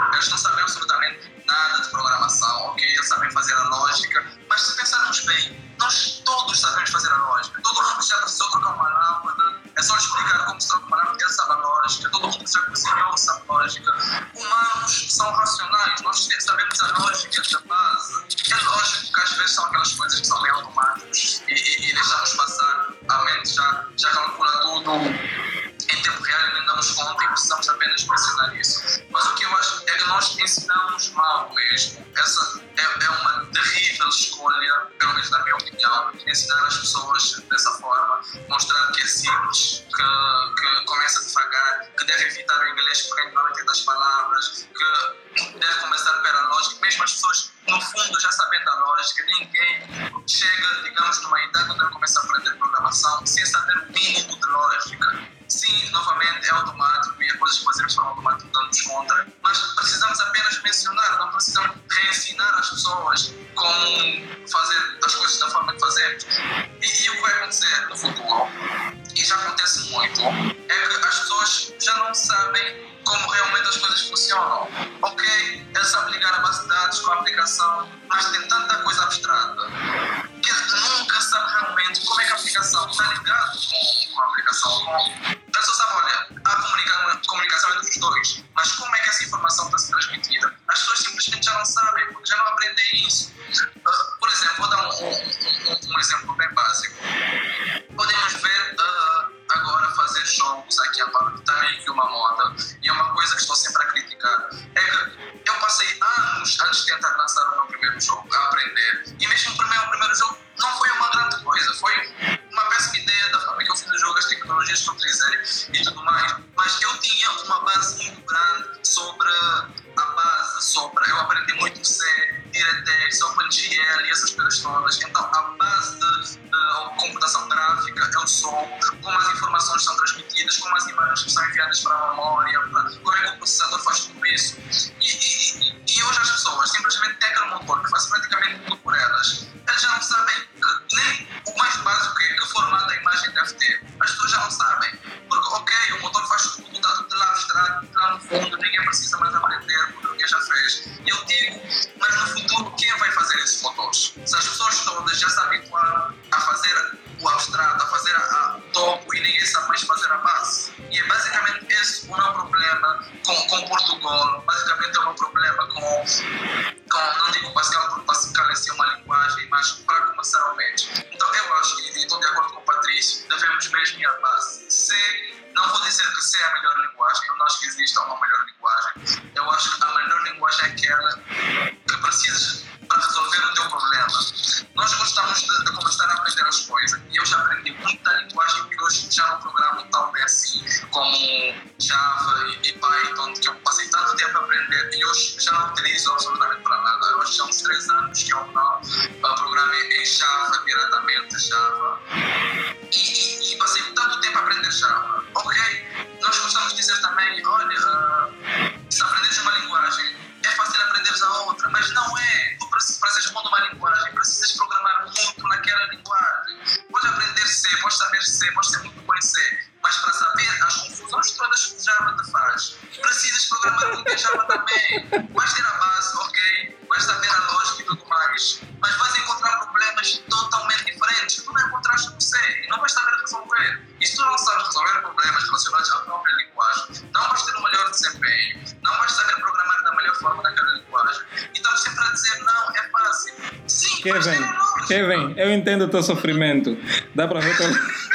ensinamos mal mesmo. Essa é, é uma terrível escolha, pelo menos na minha opinião, ensinar as pessoas dessa forma, mostrar que é simples, que, que começa devagar, que deve evitar o inglês porque ainda não entende as palavras, que deve começar pela lógica. Mesmo as pessoas, no fundo, já sabendo a lógica, ninguém chega, digamos, numa idade onde ele começa a aprender programação sem saber o mínimo de lógica. Sim, novamente, é automático e as coisas que fazemos são automáticas, dando-nos contra, mas precisamos apenas mencionar, não precisamos reensinar as pessoas como fazer as coisas da forma que fazemos. E, e o que vai acontecer no futuro, e já acontece muito, é que as pessoas já não sabem como realmente as coisas funcionam. Ok, ele sabe ligar a base de dados com a aplicação, mas tem tanta coisa abstrata que ele nunca sabe realmente como é que a aplicação está ligada com, com a aplicação. Com... A pessoa sabe, olha, há comunica- comunicação entre os dois, mas como é que essa informação está a ser transmitida? As pessoas simplesmente já não sabem, porque já não aprendem isso. Uh, por exemplo, vou dar um, um, um, um exemplo bem básico. Podemos ver uh, agora fazer jogos aqui agora, que está meio que uma moda, e é uma coisa que estou sempre a criticar. É que eu passei anos antes de tentar lançar o meu primeiro jogo, a aprender, e mesmo o primeiro, o primeiro jogo não foi uma grande coisa, foi uma péssima ideia da forma que eu fiz o jogo, as tecnologias que eu utilizei e tudo mais, mas eu tinha uma base muito grande sobre a base, sobre, eu aprendi muito C, DirectX, OpenGL e essas coisas todas, então a base de, de computação gráfica eu sou, como as informações são transmitidas, como as imagens são enviadas para a memória, para, como é que o processador faz tudo isso, e, e, e hoje as pessoas simplesmente têm aquele motor que faz praticamente tudo por elas, eles já não sabem que, nem o mais básico é que formato a imagem deve ter, as pessoas já não sabem, porque ok, o motor faz tudo, está tudo lá abstrato, lá no fundo, ninguém precisa mais aprender porque já fez. Eu digo, mas no futuro quem vai fazer esses motores? Se as pessoas todas já se habituaram a fazer o abstrato, a fazer a, a, o topo e ninguém sabe mais fazer a base. E é basicamente esse o meu problema com, com Portugal, basicamente é o meu problema com, com não digo Pascal, porque Pascal é uma linguagem, mas para começar ao menos. Então eu acho, e estou de acordo com o Patrício, devemos mesmo ir à base. C, não vou dizer que C é a melhor linguagem, eu não acho que exista uma melhor linguagem. Eu acho que a melhor linguagem é aquela que precisas para resolver o teu problema. Nós gostamos de, de começar a aprender as coisas, e eu já aprendi muita linguagem que hoje já não programo tão bem assim, como Java e, e Python, que eu passei tanto tempo a aprender e hoje já não utilizo absolutamente para nada. Eu acho que já há uns três anos que eu não uh, programei em Java, diretamente Java, e, e, e passei tanto tempo a aprender Java. Ok, nós gostamos de dizer também, olha, uh, se aprenderes uma linguagem, é fácil aprenderes a outra, mas não é. Tu precisas, para seres bom numa linguagem, precisas programar muito naquela linguagem. Podes aprender C, podes saber C, podes ser muito bom em C, mas para saber as confusões todas que Java te faz, precisas programar muito em Java também. Vais ter a base, ok, vais saber a lógica e tudo mais, mas vais encontrar problemas totalmente diferentes que tu não encontraste no C e não vais saber resolver. E se tu não sabes resolver problemas relacionados à própria linguagem, não vais ter o melhor desempenho, não vais saber programar da melhor forma naquela linguagem. E estamos sempre a dizer, não, é fácil. Sim, Kevin, Kevin, eu entendo o teu sofrimento. Dá para ver que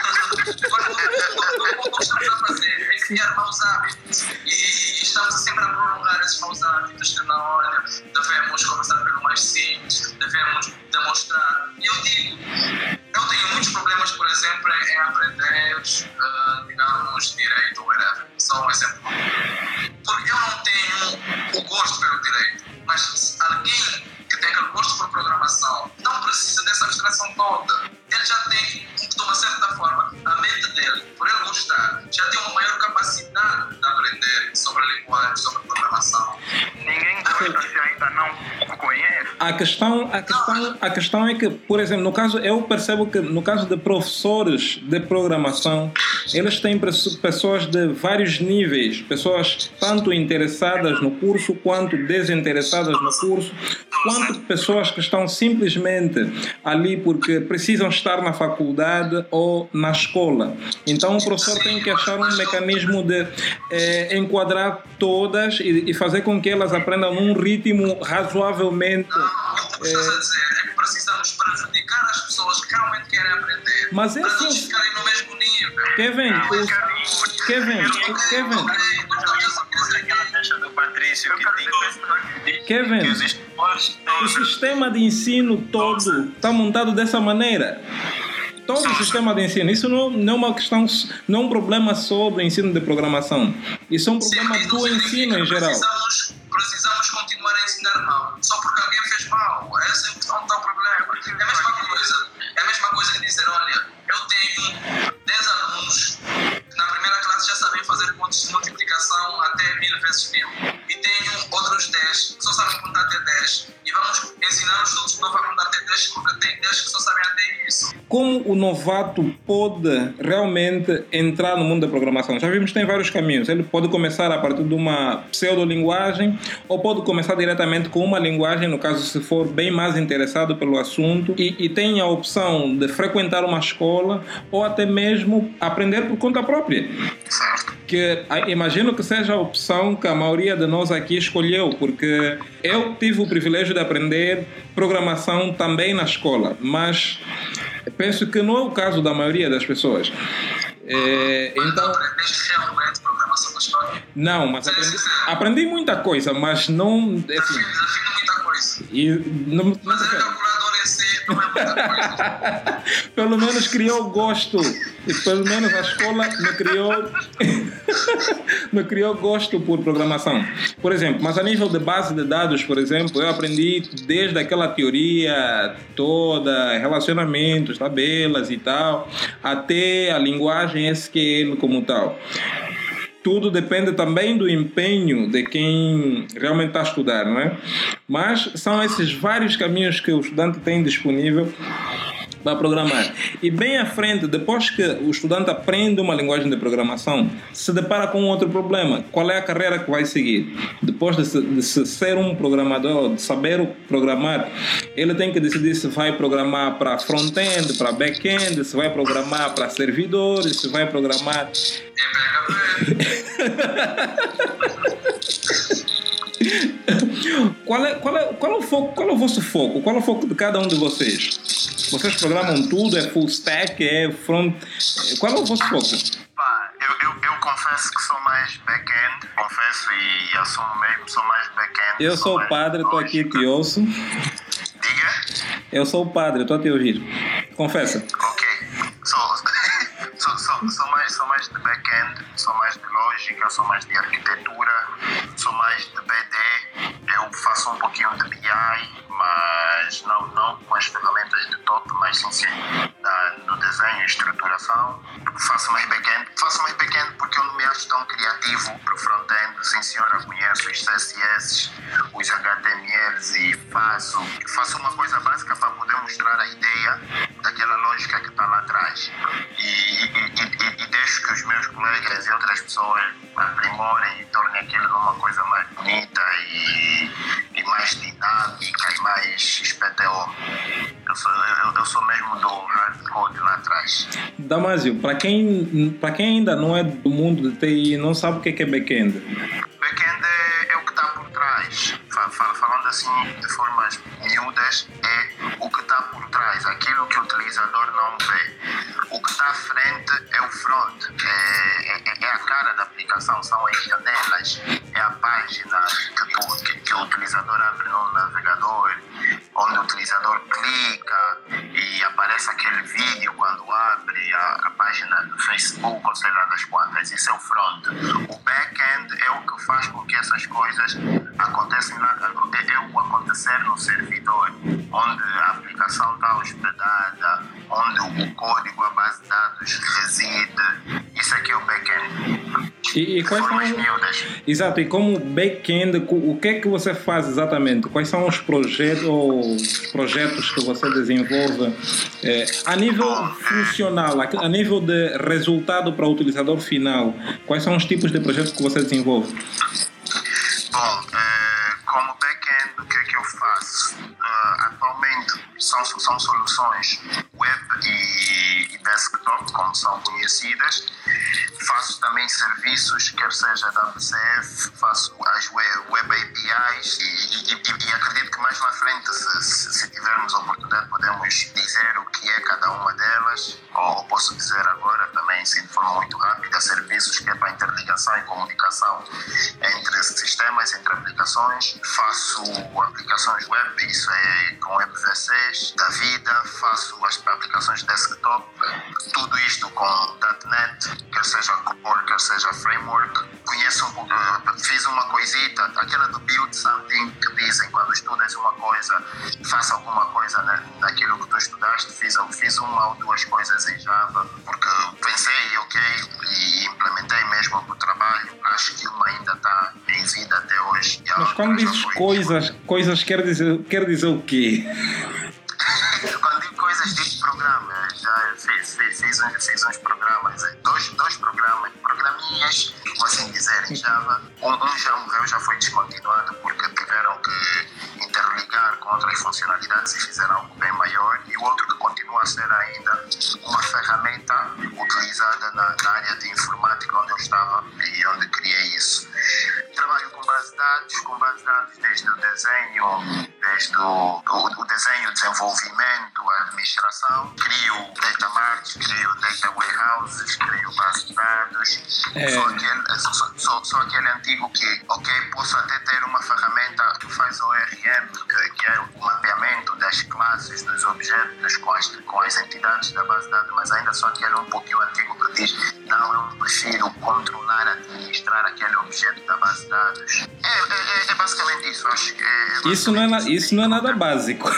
o que estamos a fazer é criar maus hábitos. E estamos sempre a prolongar esses maus hábitos que não, olha, devemos começar pelo mais simples, devemos demonstrar. E eu digo, eu tenho muitos problemas, por exemplo, em aprender, uh, digamos, direito ou whatever. Só um exemplo. Porque eu não tenho o gosto pelo direito, mas alguém que tem aquele gosto por programação não precisa dessa abstração toda. Ele já tem, de uma certa forma, a mente dele, por ele gostar, já tem uma maior capacidade de aprender sobre a linguagem, sobre a programação. Ninguém gosta se ainda não conhece. A questão, a, questão, a questão é que, por exemplo, no caso, eu percebo que no caso de professores de programação, eles têm pessoas de vários níveis, pessoas tanto interessadas no curso quanto desinteressadas no curso, quanto pessoas que estão simplesmente ali porque precisam estar na faculdade ou na escola. Então o professor tem que achar um mecanismo de eh, enquadrar todas e, e fazer com que elas aprendam num ritmo razoavelmente... Não, o que estás a dizer é que precisamos prejudicar as pessoas que realmente querem aprender, mas para esse... todos ficarem no mesmo nível. Kevin, Não, os... Kevin, Okay, Kevin. okay, aquela taxa do Patrício que Eu quero diz. dizer Kevin, que os escolas o todos... sistema de ensino todo está montado dessa maneira. Todo o sistema de ensino. Isso não, não é uma questão, não é um problema só do ensino de programação. Isso é um problema Sim, do ensino em geral. Precisamos, precisamos continuar a ensinar mal. Só porque alguém fez mal. Esse é o tal problema. É a mesma coisa. É a mesma coisa que dizer, olha, eu tenho dez alunos que na primeira classe já sabem fazer contas de multiplicação até mil vezes mil. E tenho outros dez que só sabem contar até dez. E vamos ensinar-os todos de novo a contar até dez, porque tem dez que só sabem até isso. Como o novato pode realmente entrar no mundo da programação? Já vimos que tem vários caminhos. Ele pode começar a partir de uma pseudolinguagem ou pode começar diretamente com uma linguagem, no caso se for bem mais interessado pelo assunto, e, e tem a opção de frequentar uma escola ou até mesmo aprender por conta própria. Que imagino que seja a opção que a maioria de nós aqui escolheu, porque eu tive o privilégio de aprender programação também na escola, mas penso que não é o caso da maioria das pessoas. É, então, aprendeste realmente programação na escola? Não, mas aprendi, aprendi muita coisa, mas não... Assim, desafio muita coisa. E não, mas é calculador em si, não é muita coisa. Pelo menos criou gosto. E pelo menos a escola me criou me criou gosto por programação. Por exemplo, mas a nível de base de dados, por exemplo, eu aprendi desde aquela teoria toda, relacionamentos, tabelas e tal, até a linguagem S Q L como tal. Tudo depende também do empenho de quem realmente está a estudar, não é? Mas são esses vários caminhos que o estudante tem disponível para programar. E bem à frente, depois que o estudante aprende uma linguagem de programação, se depara com outro problema. Qual é a carreira que vai seguir? Depois de, se, de se ser um programador, de saber programar, ele tem que decidir se vai programar para front-end, para back-end, se vai programar para servidores, se vai programar... Qual é, qual, é, qual, é o foco, qual é o vosso foco? Qual é o foco de cada um de vocês? Vocês programam tudo? É full stack? É front? Qual é o vosso foco? Pá, eu, eu, eu confesso que sou mais back-end, confesso e assumo mesmo, sou mais back-end. Eu sou, sou o padre, estou aqui e te ouço. Diga? Eu sou o padre, estou a te ouvir. Confessa. Ok. Sou, sou, sou, sou, mais, sou mais de back-end, sou mais de lógica, sou mais de arquitetura, sou mais de B D. Eu faço um pouquinho de B I, mas não, não com as ferramentas de top, mas sim, sim na, no desenho e estruturação. Faço mais back-end. Faço mais back-end porque eu não me acho tão criativo para o front-end. Sim, senhora, conheço os C S S, os H T M Ls e faço, faço uma coisa básica para poder mostrar a ideia daquela lógica que está lá atrás. E, e, e, e deixo que os meus colegas e outras pessoas aprimorem e tornem aquilo numa coisa mais bonita e, e mais dinâmica e mais X P T O. Eu sou, eu, eu sou mesmo do hardcode lá atrás. Damásio, para quem, para quem ainda não é do mundo de T I, não sabe o que é back-end. Back-end é, é o que está por trás. Falando assim de formas miúdas, é o que está por trás, aquilo que o utilizador não vê. O que está à frente é o front, é, é, é a cara da aplicação, são as janelas, é a página que, tu, que, que o utilizador abre no navegador, onde o utilizador clica e aparece aquele vídeo quando abre a, a página do Facebook ou sei lá das quantas. Isso é o front. O back-end é o que faz com que essas coisas acontecem na, é o acontecer no servidor, onde a aplicação está hospedada, onde o código, a base de dados reside. Isso aqui é o back-end. E, e quais são... Exato, e como back-end, o que é que você faz exatamente? Quais são os projetos, os projetos que você desenvolve é, a nível Bom, funcional, a nível de resultado para o utilizador final? Quais são os tipos de projetos que você desenvolve? Bom, é, como back-end, o que é que eu faço? Uh, atualmente são, são soluções web e, e desktop, como são conhecidas. Faço também serviços, quer seja da W C F, faço as web, web A P Is e, e, e, e acredito que mais na frente, se, se, se tivermos a oportunidade, podemos dizer o que é cada uma delas, ou posso dizer agora também, sim, de forma muito rápida, serviços que é para interligação e comunicação entre sistemas, entre aplicações. Faço aplicações web, isso é com web V Cs da vida, faço as aplicações desktop, tudo isto com .NET, quer seja core, quer seja framework. Conheço um pouco, fiz uma coisita, aquela do build something que dizem quando estudas uma coisa, faça alguma coisa na, naquilo que tu estudaste. Fiz, fiz uma ou duas coisas em Java, porque pensei, ok, e implementei mesmo para o trabalho. Acho que uma ainda está em vida até hoje. Mas quando dizes coisas, coisas quer dizer, quer dizer o quê? Quando digo coisas, digo programas. Já fiz, fiz, fiz, uns, fiz uns programas, dois, dois programas, programinhas, vou assim dizer, em Java. Um, um já morreu, já foi descontinuado porque tiveram que interligar com outras funcionalidades e fizeram algo bem maior. E o outro que continua a ser ainda uma ferramenta utilizada na, na área de informática onde eu estava e onde criei isso. Trabalho com base de dados, com base de dados desde o desenho, desde o, o, o desenho, desenvolvimento, a administração. Crio data marts, crio data warehouses, crio base de dados. É. Só, aquele, só, só, só aquele antigo que, ok, posso até ter uma ferramenta que faz o O R M, que, que é o mapeamento das classes, dos objetos com as, com as entidades da base de dados, mas ainda só aquele um pouquinho antigo que diz, não, eu prefiro controlar, administrar aquele objeto da base de dados. É, é, é basicamente isso, acho que é, é Isso não é, na, isso não é nada básico.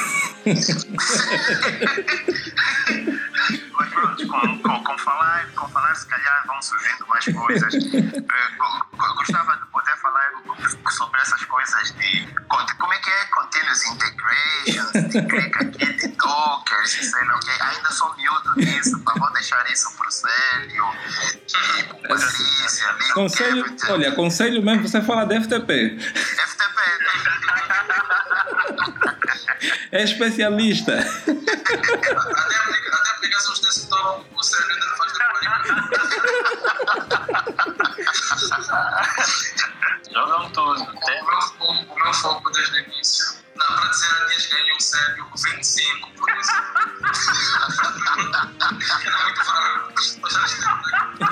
Mas pronto, com, com, com, falar, com falar se calhar vão surgindo mais coisas. Eu gostava de poder falar sobre essas coisas de como é que é Continuous Integrations, de clica aqui, de Dockers, e sei lá o que. Ainda sou miúdo nisso, para vou deixar isso pro Célio e pro Patrícia. Ali, Conselho, Kevin, olha, conselho mesmo você fala de F T P. F T P. É especialista. Até, até aplicações de desktop, o Sérgio ainda faz de Jogam tudo. O meu, o meu foco desde o início. Não, para dizer a dias ganhei um Sérgio vinte e cinco, por isso. Era muito fraco. Mas já estou.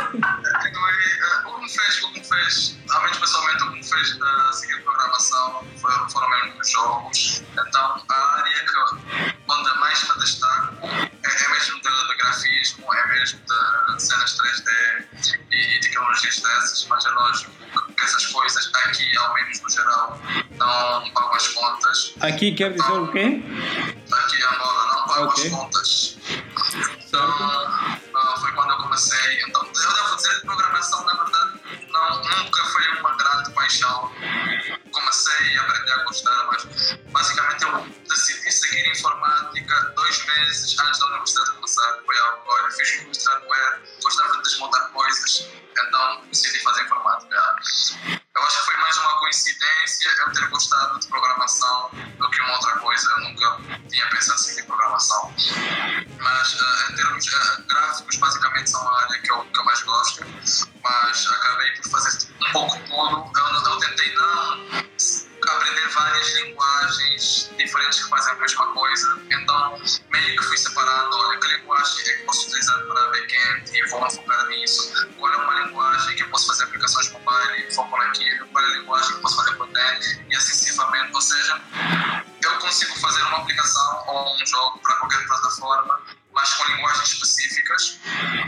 O que me fez, o que me fez, ao menos pessoalmente, o que me fez a seguir programação foram, foram mesmo os jogos. Então, a área que, onde mais me destaco é, é mesmo de, de grafismo, é mesmo de cenas três D e, e tecnologias dessas, mas é lógico que essas coisas aqui, ao menos no geral, não pagam as contas. Aqui quer dizer o quê? Aqui em Angola não pagam Ok. as contas. Então, uh, foi quando eu comecei. Então, eu devo dizer que programação, na verdade, não, nunca foi uma grande paixão. Comecei a aprender a gostar, mas basicamente eu decidi seguir informática dois meses antes da universidade começar. Foi algo, olha, fiz curso de hardware, gostava de desmontar coisas, então decidi fazer informática. Eu acho que foi mais uma coincidência eu ter gostado de programação do que uma outra coisa. Eu nunca tinha pensado em seguir programação. Mas uh, em termos uh, gráficos, basicamente são a área que eu, que eu mais gosto. Mas acabei por fazer um pouco tudo. Eu, eu tentei não aprender várias linguagens diferentes que fazem a mesma coisa. Então, meio que fui separando. Olha, que linguagem é que posso utilizar para back-end e vou me focar nisso. Qual é uma linguagem que eu posso fazer aplicações mobile e vou por aquilo. Qual é a linguagem que eu posso fazer front-end e assim sucessivamente. Ou seja, eu consigo fazer uma aplicação ou um jogo para qualquer plataforma, mas com linguagens específicas.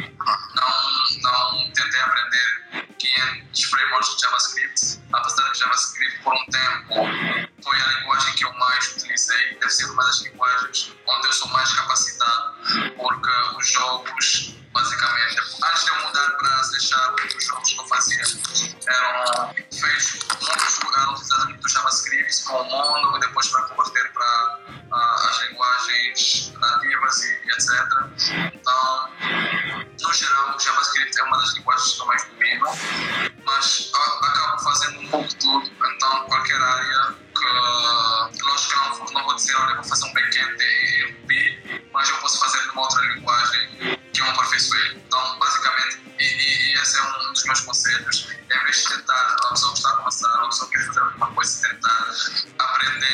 Não, não tentei aprender quinhentos frameworks de JavaScript, apesar que JavaScript por um tempo foi a linguagem que eu mais utilizei, deve ser uma das linguagens onde eu sou mais capacitado, porque os jogos, basicamente, antes de eu mudar para C Sharp, os jogos que eu fazia eram feitos, muitos eram utilizados muito JavaScript com o Mono, e depois para converter para uh, as linguagens nativas e, e etcétera. Então, no geral, o JavaScript é uma das linguagens que eu mais domino, mas a, acabo fazendo um pouco de tudo. Então, qualquer área que, lógico que não, não vou dizer, olha, vou fazer um back-end em Ruby, mas eu posso fazer numa outra linguagem que eu me aperfeiçoei. Então, basicamente, e, e esse é um dos meus conselhos, em vez de tentar, a pessoa que está a começar, a pessoa que quer fazer alguma coisa, tentar aprender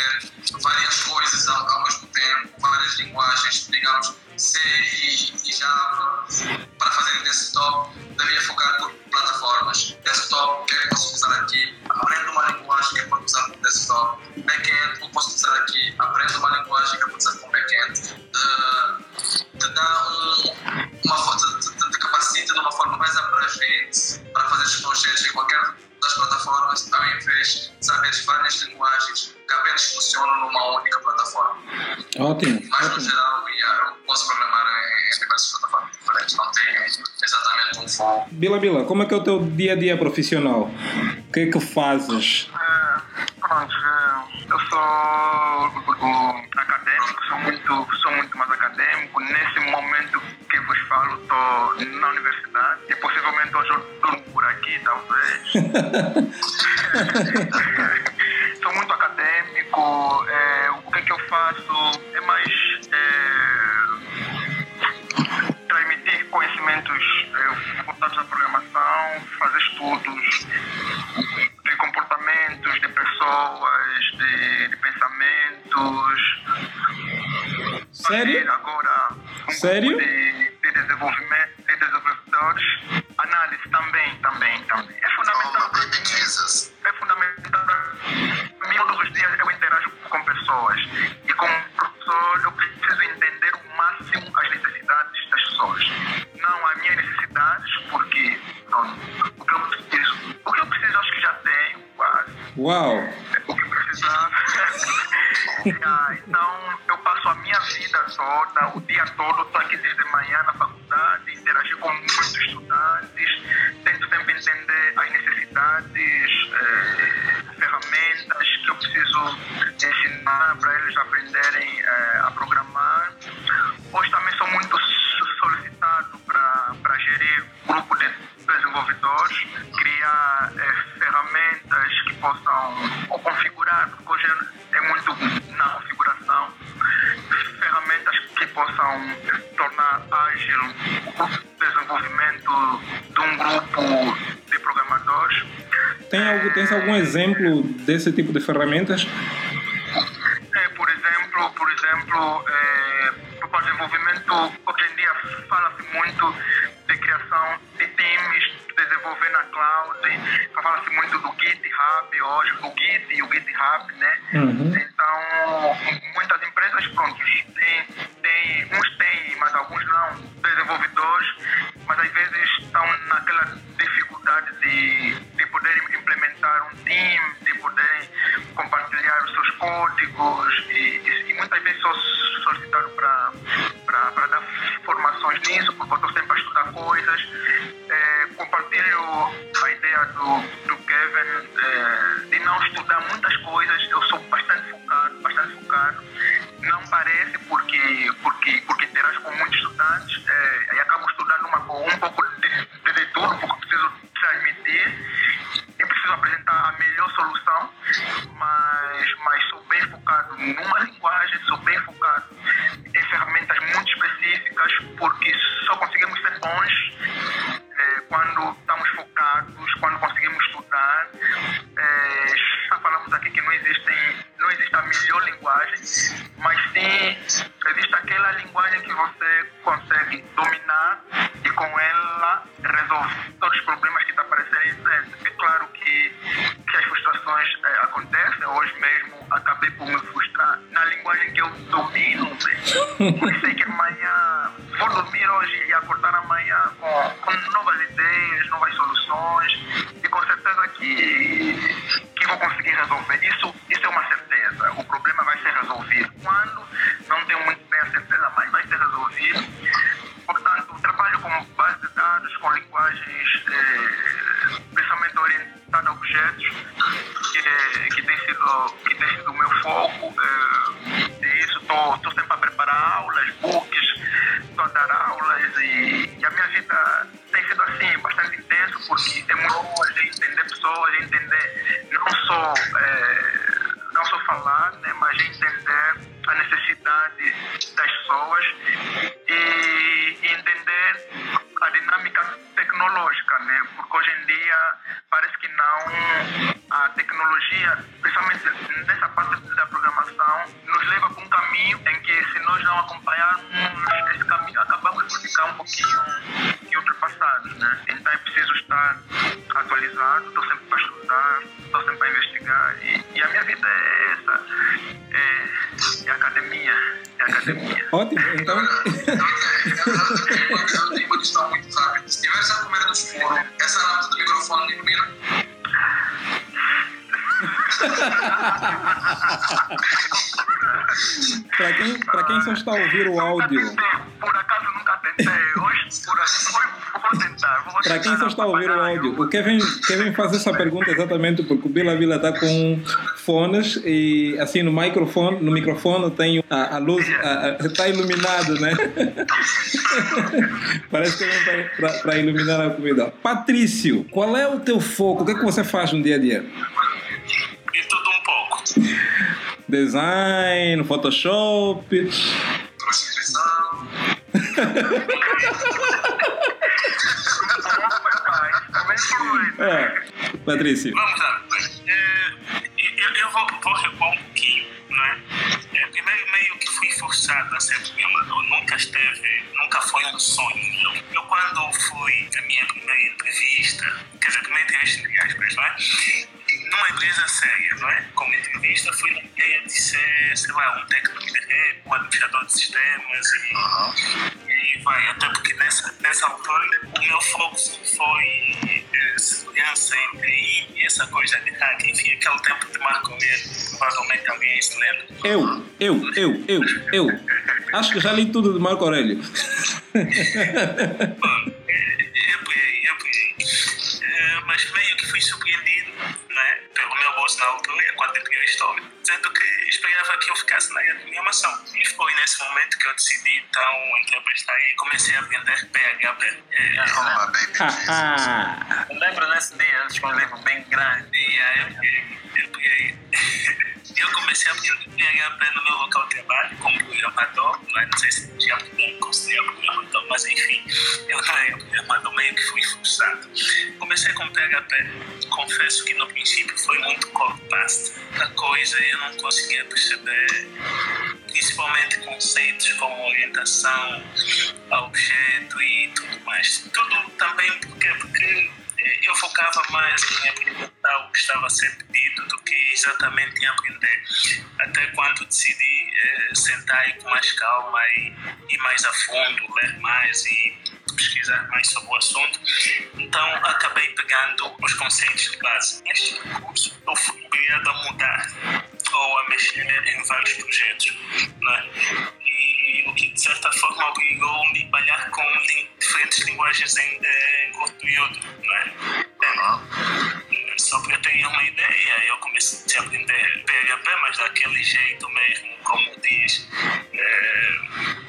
digamos, C e, e Java para fazer desktop, deveria focar por plataformas. Desktop, o que eu posso usar aqui? Aprendo uma linguagem que eu posso usar com desktop. Backend, eu posso usar aqui? Aprendo uma linguagem que eu posso usar com backend. Uh, te dá um, uma te, te, te capacita de uma forma mais abrangente para fazer os projetos em qualquer das plataformas, ao invés de saber várias linguagens que apenas funcionam numa única plataforma. Ótimo. Mas ótimo. no geral, yeah, eu posso programar em, em diversas plataformas diferentes, não tem exatamente um foco. Bila Bila, como é que é o teu dia a dia profissional? O que é que fazes? Uh, pronto, uh, eu sou uh, acadêmico, sou muito, sou muito mais acadêmico. Nesse momento que vos falo, estou na universidade e possivelmente hoje eu durmo por aqui, talvez. Sou muito acadêmico. É, o que é que eu faço é mais é, transmitir conhecimentos é, voltados à programação, fazer estudos de comportamentos, de pessoas, de, de pensamentos. Sério? Fazer agora um Sério? grupo de, de desenvolvimento, de desenvolvedores. Análise também, também, também. É fundamental para mim. É fundamental para mim. Todos os dias eu interajo com pessoas e como professor eu preciso entender o máximo as necessidades das pessoas. Não as minhas necessidades, porque não, o que eu preciso, o que eu preciso acho que já tenho quase. Uau! O que precisar. ah, então eu passo a minha vida toda, o dia todo, estou aqui desde manhã na faculdade, interagir com muitos estudantes, tento sempre entender as necessidades, eh, ferramentas que eu preciso ensinar para eles aprenderem eh, a programar. Hoje também sou muito solicitado para gerir grupo de desenvolvedores, criar eh, ferramentas que possam ou configurar, porque hoje é muito na configuração, ferramentas que possam tornar ágil o desenvolvimento de um grupo de programadores. Tem algo, tens algum exemplo desse tipo de ferramentas? É, por exemplo, por exemplo, é, para o desenvolvimento, hoje em dia fala-se muito de criação de times, desenvolver na cloud, fala-se muito do GitHub hoje, do Git e o GitHub, né? Uhum. Então, muitas empresas, pronto, tem, tem, uns têm, mas alguns não, desenvolvedores, mas às vezes estão naquela dificuldade de, de poderem implementar um time, de poderem compartilhar os seus códigos e, e, e muitas vezes sou solicitado para dar formações nisso, porque eu estou sempre a estudar coisas. É, compartilho a ideia do, do Kevin é, de não estudar muitas coisas. Eu sou bastante focado, bastante focado. Não parece porque, porque, porque interajo com muitos estudantes é, e acabo estudando uma, um pouco de, de, de tudo, porque eu preciso transmitir e preciso apresentar a melhor solução, mas, mas sou bem focado numa linguagem, sou bem focado em ferramentas muito específicas, porque só conseguimos ser bons é, quando estamos focados, quando conseguimos estudar. É, já falamos aqui que não, existem, não existe a melhor linguagem, mas sim existe aquela linguagem que você consegue dominar e com ela resolver todos os problemas que estão aparecendo. É claro que, que as frustrações é, acontecem. Hoje mesmo acabei por me frustrar na linguagem que eu domino, mas sei que amanhã vou dormir hoje e acordar amanhã com, com novas ideias, novas soluções e com certeza que, que vou conseguir resolver. Isso, isso é uma certeza. O problema vai ser resolvido. Quando? Não tenho muito bem a certeza, mas vai ser resolvido. Portanto, trabalho com base de dados, com linguagens eh, principalmente orientadas a objetos, que, eh, que, tem sido, que tem sido o meu foco. Eh, e isso, estou sempre a preparar aulas, books, estou a dar aulas e, e a minha vida tem sido assim, bastante intenso, porque é muito bom entender pessoas, entender não só, eh, não só falar, né, mas entender a necessidade das pessoas e, e entender a dinâmica tecnológica, né? Porque hoje em dia parece que não, a tecnologia, principalmente nessa parte da programação, nos leva para um caminho em que se nós não acompanharmos, pouquinho que ultrapassados, né? Então é preciso estar atualizado, estou sempre para estudar, estou sempre para investigar e, e a minha vida é essa, é, é academia, é academia. Ótimo, então... Eu tenho uma questão muito rápida. Se tivesse a comer no escuro, essa lâmpada do microfone ilumina? Para quem, para quem só está a ouvir o áudio... Por acaso nunca tentei, hoje por hoje vou tentar. Vou Para quem tentar só está a ouvir o apagar áudio, aí. o Kevin, Kevin faz essa pergunta exatamente porque o Bila Bila está com fones e assim no microfone, no microfone tem a, a luz, a, a, está iluminado, né? Parece que é para iluminar a comida. Patrício, qual é o teu foco? O que é que você faz no dia a dia? E tudo um pouco. Design, Photoshop. Prostituição. É, Patrício. Vamos lá. É, eu, eu vou, vou repor um pouquinho, né? É, primeiro, meio que fui forçado a ser programador. Nunca esteve, nunca foi um sonho. Eu, eu quando fui a minha primeira entrevista, quer dizer, primeira entrevista entre aspas, não é? Numa empresa séria, não é? Como entrevista, fui na ideia de ser, sei lá, um técnico de rede, um administrador de sistemas e, e vai. Até porque nessa, nessa altura o meu foco foi é, segurança em T I e essa coisa de hack. Enfim, aquele tempo de Marco Aurélio, provavelmente alguém se lembra. Eu, eu, eu, eu, eu. Acho que já li tudo de Marco Aurélio. Bom, eu por aí, eu por aí. É, mas meio que fui surpreendido, né, pelo meu boss na altura, quando entrei na história, dizendo que esperava que eu ficasse na área de programação. E foi nesse momento que eu decidi, então, entrar para esta área e comecei a aprender P H P. É, Uma baby Ah, Eu lembro nesse dia, antes com um livro bem grande. e aí eu peguei, eu peguei. Eu comecei a aprender P H P no meu local de trabalho como programador, não, é? Não sei se já puder considerar programador, mas enfim, eu não era programador, meio que fui forçado. Comecei com P H P, confesso que no princípio foi muito copy-paste. A coisa eu não conseguia perceber, principalmente conceitos como orientação a objeto e tudo mais. Tudo também porque, porque eu focava mais em implementar o que estava a ser pedido do que exatamente em aprender. Até quando decidi eh, sentar e com mais calma e ir mais a fundo, ler mais e pesquisar mais sobre o assunto. Então acabei pegando os conceitos de base. Neste curso eu fui obrigado a mudar ou a mexer em vários projetos, não é? E o que de certa forma obrigou-me a trabalhar com diferentes linguagens em, em curto período, não é? É, só para ter uma ideia, eu comecei a aprender P H P, mas daquele jeito mesmo, como diz é,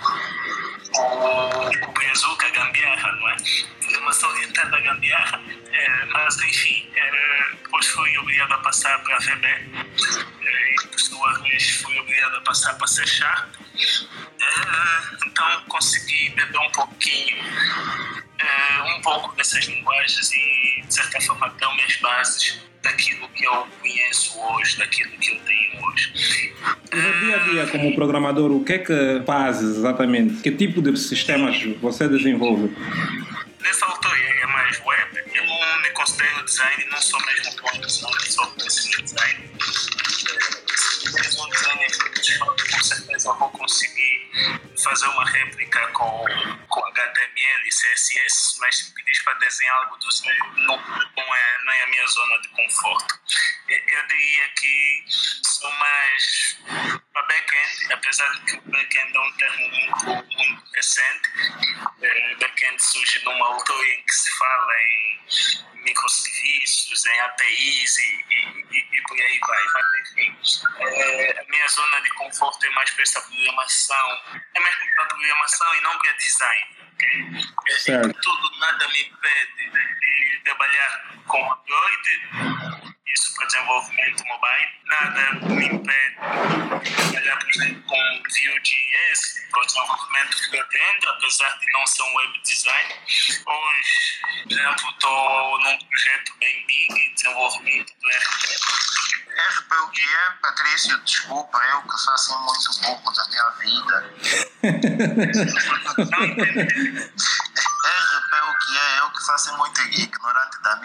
o, o Brazuca, a gambiarra, não é? Programação orientada à gambiarra. É, mas enfim, é, depois fui obrigado a passar para a V B, é, e por sua vez fui obrigado a passar para C Sharp. É, então consegui beber um pouquinho, é, um pouco dessas linguagens e de certa forma dão-me as bases daquilo que eu conheço hoje, daquilo que eu tenho hoje. e no dia a dia como programador, o que é que fazes exatamente? Que tipo de sistemas você desenvolve? Nessa altura é mais web. Eu não me considero design, não sou mesmo programação, não sou conhecido design. Se mesmo um design com certeza eu vou conseguir fazer uma réplica com, com H T M L e C S S, mas se me pedis para desenhar algo do zero, não, não, é, não é a minha zona de conforto. Eu, eu diria que sou mais para back-end, apesar de que o back-end é um termo muito, muito recente. É, back-end surge numa altura em que se fala em microserviços, em A P Is e, e, e, e por aí vai. Mas, enfim, é, a minha zona de conforto é mais para essa programação, é mesmo para programação e não para design. Okay? É, tudo, nada me impede de trabalhar com Android, isso para desenvolvimento mobile, nada me impede de trabalhar, por exemplo, com Vue.js para o desenvolvimento front-end, apesar de não ser um web design. Hoje, por exemplo, estou num projeto bem big de desenvolvimento do R P. R P o que é, Patrício? Desculpa, eu que sou assim muito pouco da minha vida. Não entendi.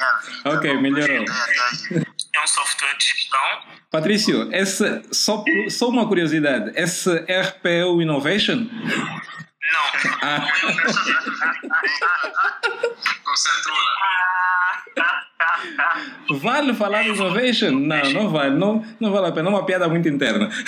minha vida. Ok, melhorou. É um software de gestão. Patrício, esse, só, só uma curiosidade, esse R P U Innovation? Não. Ah. Concentrou-la. Vale falar de Innovation? Não, não vale. Não, não vale a pena. É uma piada muito interna. Não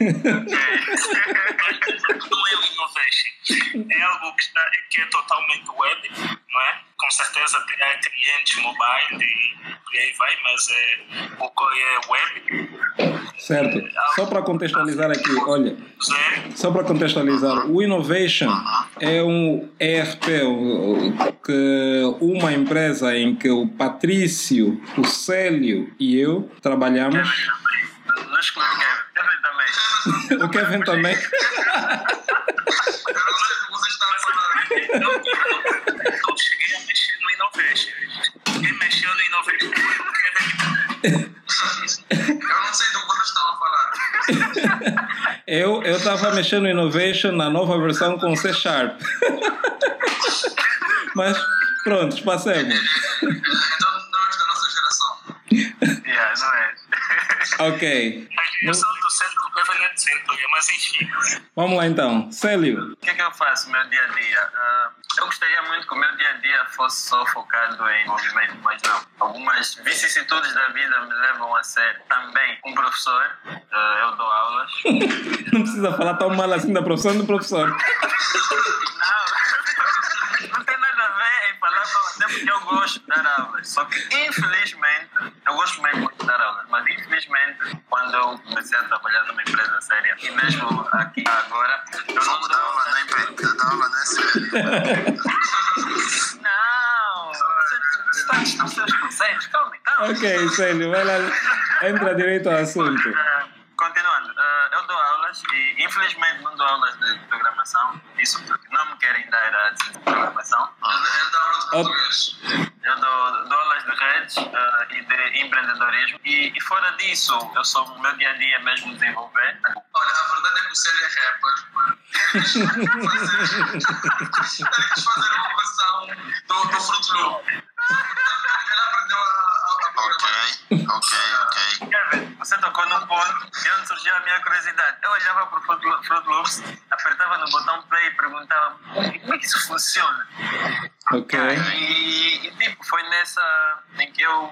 é o Innovation. É algo que, está, que é totalmente web, não é? Com certeza terá clientes mobile e por aí vai, mas é, o core é web. Certo. Só para contextualizar aqui, olha. Zero. Só para contextualizar, o Innovation é um E R P, que uma empresa em que o Patrício, o Célio e eu trabalhamos. Não exclui Kevin também. O Kevin também. Eu não sei o que vocês estão falando. Eu não cheguei a mexer no Innovation. Quem mexeu no Innovation foi o Kevin. Eu não sei do que vocês estão a falar. Eu eu estava mexendo no Innovation na nova versão com C Sharp. Mas pronto, passemos. Então não és da nossa geração. Yeah, não é? Ok. A geração do centro do Kevin é de centro, mas enfim. Vamos lá então. Célio. O que é que eu faço no meu dia a dia? Uh, eu gostaria muito que o meu dia a dia fosse só focado em movimento, mas não. Algumas vicissitudes da vida me levam a ser também um professor. Uh, eu dou aulas. Não precisa falar tão mal assim da profissão do professor. Não, não tem nada a ver em falar mal, até porque eu gosto de dar aulas. Só que, infelizmente, eu gosto mesmo muito de dar aulas, mas infelizmente, quando eu comecei a trabalhar numa empresa séria, e mesmo aqui agora, eu não Vamos dou dar aula na empresa, dar aula na série. Não! Você está a distorcer os conceitos, calma então. Ok, Célio, vai lá. Entra direito ao assunto. Uh, continuando, uh, eu dou aulas e infelizmente não dou aulas de programação, isso porque não me querem dar a de programação. Ele dá aula de português. Eu dou, dou aulas de redes uh, e de empreendedorismo e, e fora disso, eu sou o meu dia a dia mesmo desenvolver. Olha, a verdade é que o Célio é rapper. Ele quis fazer, ele quis fazer uma versão do, do Fruit Loop. Ele aprendeu a, a, a programar. Ok, ok, ok. Kevin, você tocou num ponto e onde surgiu a minha curiosidade. Eu olhava para o Fruit Lo- Fruit Loops, apertava no botão play e perguntava como é que isso funciona? Ok. E, e tipo, foi nessa em que eu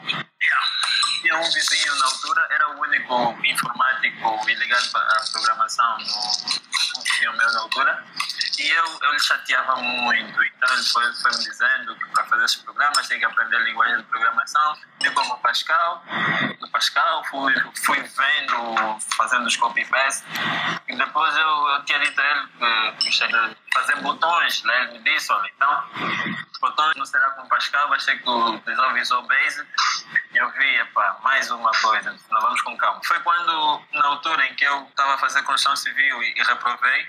tinha um vizinho na altura, era o único informático e ligado à programação no um vizinho meu na altura. E eu, eu lhe chateava muito, então ele foi, foi me dizendo que para fazer esses programas tem que aprender linguagem de programação, eu como Pascal, no Pascal fui, fui vendo, fazendo os copy-paste, e depois eu, eu tinha dito a ele que gostaria de fazer botões, né? Ele me disse, olha, então, botões não será com Pascal, vai ser que tu Visual Visual Basic, e eu vi, epá, mais uma coisa, nós vamos com calma. Foi quando, na altura em que eu estava a fazer construção civil e, e reprovei,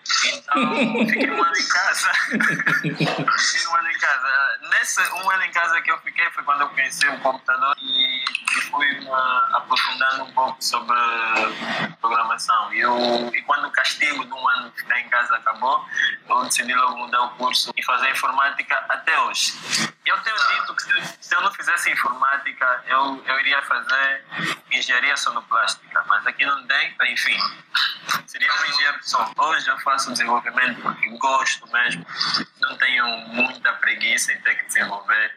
então fiquei um ano em casa. Fiquei um ano em casa. Nesse um ano em casa que eu fiquei foi quando eu conheci o computador e, e fui uh, aprofundando um pouco sobre programação. E, eu, e quando o castigo de um ano de ficar em casa acabou, eu decidi logo mudar o curso e fazer informática até hoje. Eu tenho dito que se, se eu não fizesse informática, eu, eu iria fazer engenharia sonoplástica, mas aqui não tem, enfim. Seria um engenheiro de som. Hoje eu faço desenvolvimento porque gosto mesmo, não tenho muita preguiça em ter que desenvolver.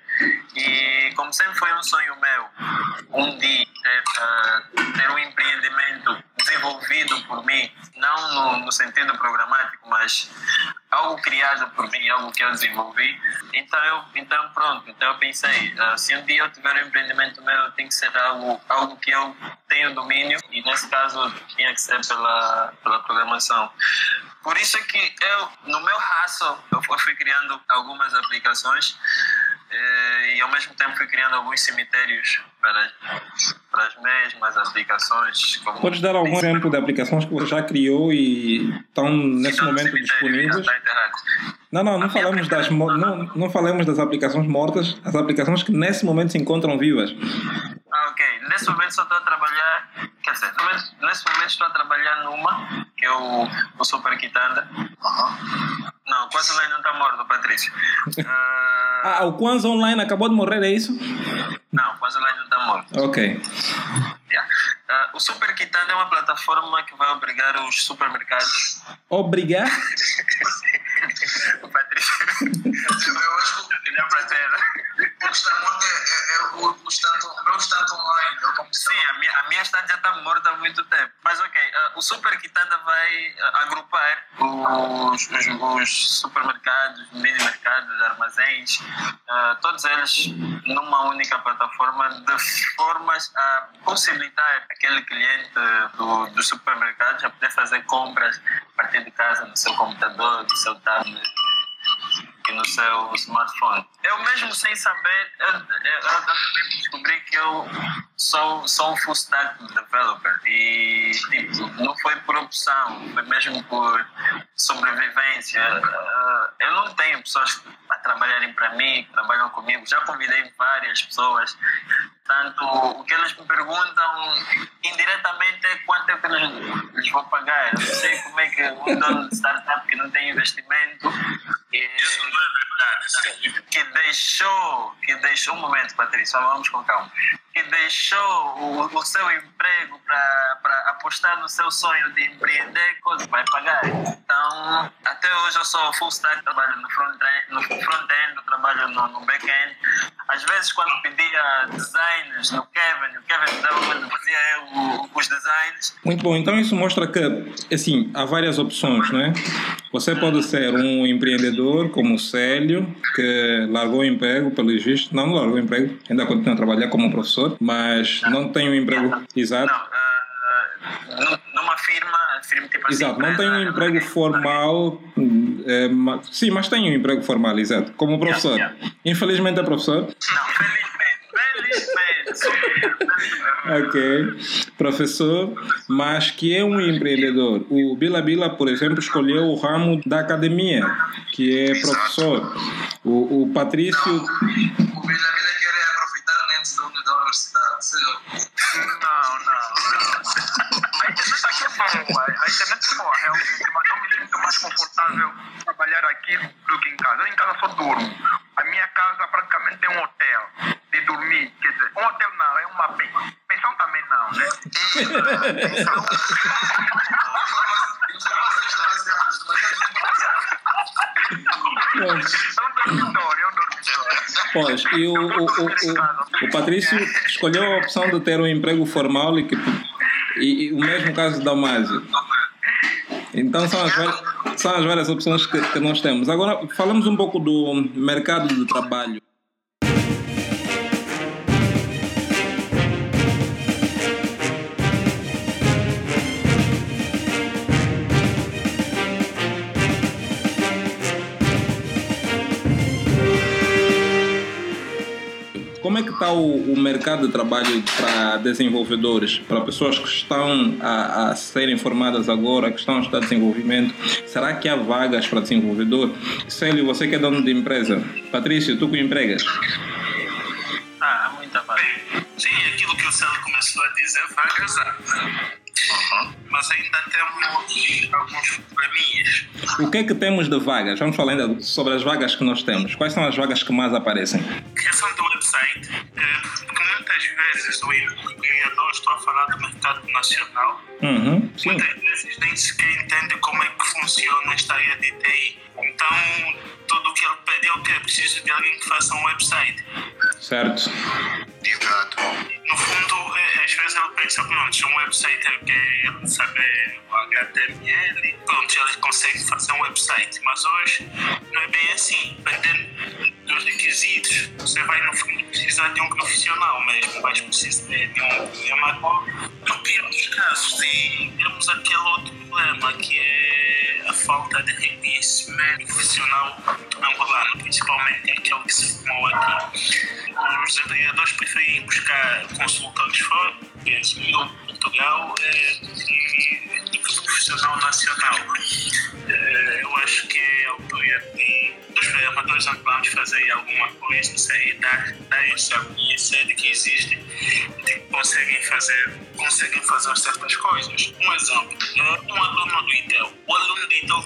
E como sempre foi um sonho meu, um dia ter, uh, ter um empreendimento desenvolvido por mim, não no, no sentido programático, mas algo criado por mim, algo que eu desenvolvi. Então, eu, então pronto, então eu pensei, uh, se um dia eu tiver um empreendimento meu, tem que ser algo, algo que eu tenho domínio, e nesse caso tinha que ser pela, pela programação. Por isso é que eu, no meu hustle, eu fui criando algumas aplicações e ao mesmo tempo fui criando alguns cemitérios para, para as mesmas aplicações. Como Podes dar algum exemplo de aplicações que você já criou e estão nesse então, momento disponíveis? Está enterrado. Não, não, não falamos, das, mo- não, não falamos das aplicações mortas, as aplicações que nesse momento se encontram vivas. Ah, ok. Nesse momento só estou a trabalhar, quer dizer, nesse momento, nesse momento estou a trabalhar numa, que é o, o Super Quitanda. Uhum. Não, quase lá não está morto, Patrício. Uh, Ah, o Kwanza Online acabou de morrer, é isso? Não, o Kwanza Online não está morto. Ok. Yeah. Uh, o Super Quitanda é uma plataforma que vai obrigar os supermercados. Obrigar? O Patrício. Eu acho que Olhar para a tela. o que está morto é, é, é o, o estante, o meu estante online. É como se Sim, a minha, a minha estante já está morta há muito tempo. Mas ok, uh, o Super Quitanda vai uh, agrupar os, os, os supermercados, mini-mercados, armazéns, uh, todos eles numa única plataforma, de formas a possibilitar aquele cliente do, do supermercado a poder fazer compras a partir de casa, no seu computador, no seu tablet e no seu smartphone. Eu mesmo sem saber, eu, eu, eu descobri que eu sou, sou um full stack developer e tipo, não foi por opção, foi mesmo por sobrevivência. Eu não tenho pessoas a trabalharem para mim, que trabalham comigo, já convidei várias pessoas. Portanto, o que eles me perguntam indiretamente é quanto é que eles, eles vão pagar. Eu não sei como é que um dono de startup que não tem investimento Isso não é verdade, sério. que deixou, que deixou um momento, Patrícia, vamos com calma, que deixou o, o seu emprego para apostar no seu sonho de empreender, coisa vai pagar. Então, até hoje eu sou full stack, trabalho no front-end, no front-end, eu trabalho no, no back-end. Às vezes, quando pedia designs no Kevin, o Kevin me dava, quando fazia eu os designs. Muito bom, então isso mostra que, assim, há várias opções, não é? Você pode ser um empreendedor como o Célio, que largou o emprego, pelo visto, não largou o emprego, ainda continua a trabalhar como professor, mas não tem um emprego exato. Não, uh, numa firma, firma tipo assim. Exato, não tem um emprego formal, é, mas, sim, mas tem um emprego formal, exato, como professor. Yeah, yeah. Infelizmente é professor. Não, felizmente, felizmente. Ok, professor, mas que é um empreendedor. O Bila Bila, por exemplo, escolheu o ramo da academia, que é professor. O, o Patrício... o Bila Bila quer aproveitar a lente da universidade. Não, não, não. A internet aqui é boa, a internet é boa, realmente, mas eu me sinto mais confortável trabalhar aqui do que em casa. Eu em casa só durmo. A minha casa praticamente é um hotel de dormir. Quer dizer, um hotel não, é uma pensão. Pensão também não, né? É um dormitório, é um dormitório. Pois, e o, o, o, o, o Patrício escolheu a opção de ter um emprego formal e, que, e, e o mesmo caso da Damásio. Então são as várias, são as várias opções que, que nós temos. Agora falamos um pouco do mercado de trabalho. Como é que está o, o mercado de trabalho para desenvolvedores, para pessoas que estão a, a serem formadas agora, que estão a estudar desenvolvimento? Será que há vagas para desenvolvedor? Célio, você que é dono de empresa. Patrício, tu que empregas? Ah, há muita vaga. Sim, aquilo que o Célio começou a dizer, vagas há. Uhum. Mas ainda temos alguns probleminhas. O que é que temos de vagas? Vamos falar ainda sobre as vagas que nós temos. Quais são as vagas que mais aparecem? Questão do website, porque muitas vezes o empreendedor, estou a falar do mercado nacional, Uhum, sim. muitas vezes nem sequer entende como é que funciona esta área de T I. Então, tudo o que ele pede é o que é preciso de alguém que faça um website. Certo. Exato. No fundo, é, às vezes ele pensa, pronto, se um website ele quer ele saber o H T M L, pronto, ele consegue fazer um website. Mas hoje não é bem assim. Dependendo dos requisitos, você vai no fundo precisar de um profissional mesmo, vai precisar de um programador. No pior dos casos, e temos aquele outro problema que é a falta de reconhecimento profissional angolano, principalmente aquele que se formou aqui. Os empreendedores preferem buscar consultores fora, em Portugal, é, e, e profissional nacional. É, eu acho que é a altura de, dos programadores angolanos fazerem alguma coisa, sei, dar, dar-se a conhecer de que existe, de que conseguem fazer, conseguem fazer certas coisas. Um exemplo, um aluno do I T E L. O aluno do I T E L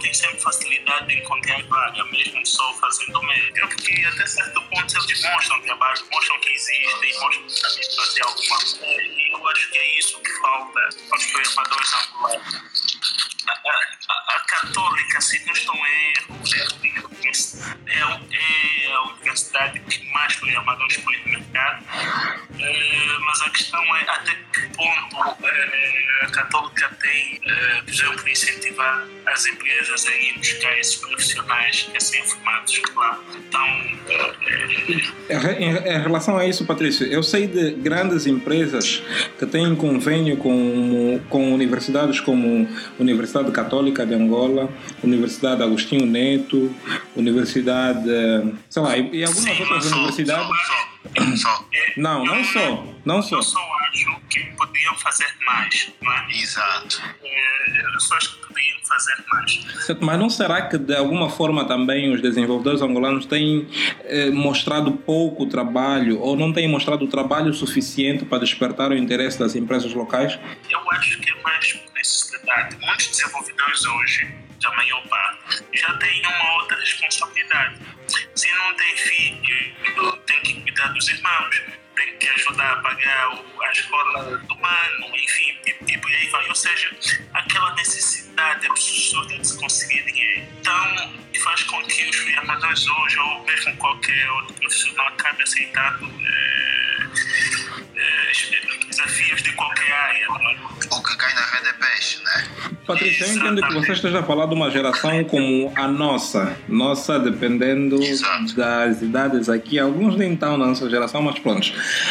têm sempre facilidade de encontrar vaga, mesmo só fazendo média, porque até certo ponto eles mostram trabalho, mostram que existem, mostram que sabem fazer alguma coisa, e eu acho que é isso que falta aos programadores angolanos. A, a, a Católica, se não estou em erro, é, é a universidade que mais programadores põe no mercado, é, mas a questão é até que ponto é, a Católica tem, é, por exemplo, incentivar as empresas a ir buscar esses profissionais recém-formados lá. Então, é, em, em relação a isso, Patrício, eu sei de grandes empresas que têm convênio com, com universidades como Universidade Católica de Angola, Universidade Agostinho Neto, Universidade, sei lá, e, e algumas sim, outras só, universidades. Só, só. Não, não só, não só. Eu só acho que podiam fazer mais, não é? Exato. Eu só acho que podiam fazer mais. Certo, mas não será que de alguma forma também os desenvolvedores angolanos têm eh, mostrado pouco trabalho ou não têm mostrado trabalho suficiente para despertar o interesse das empresas locais? Eu acho que é mais por necessidade. Muitos desenvolvedores hoje, da maior parte, já têm uma outra responsabilidade. Se não tem filho, tem que cuidar dos irmãos, tem que ajudar a pagar a escola do mano, enfim, e por aí vai. Ou seja, aquela necessidade absurda de se conseguir dinheiro. Então, faz com que os programadores hoje, ou mesmo qualquer outro profissional, acabe aceitando é, é, desafios de qualquer área. Não é? O que cai na rede é peixe, né? Patrícia, eu entendo que você esteja a falar de uma geração como a nossa, nossa dependendo Exato. das idades aqui, alguns nem estão na nossa geração, mas pronto.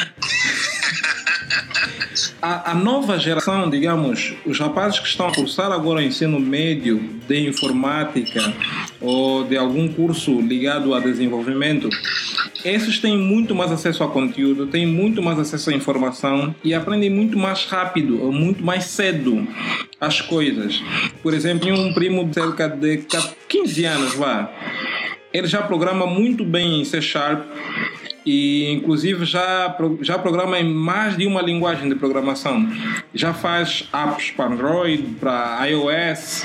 A, a nova geração, digamos, os rapazes que estão a cursar agora o ensino médio de informática ou de algum curso ligado a desenvolvimento, esses têm muito mais acesso a conteúdo, têm muito mais acesso à informação e aprendem muito mais rápido ou muito mais cedo as coisas. Por exemplo, um primo de cerca de quinze anos, vá, ele já programa muito bem em C Sharp e inclusive já, já programa em mais de uma linguagem de programação. Já faz apps para Android, para iOS,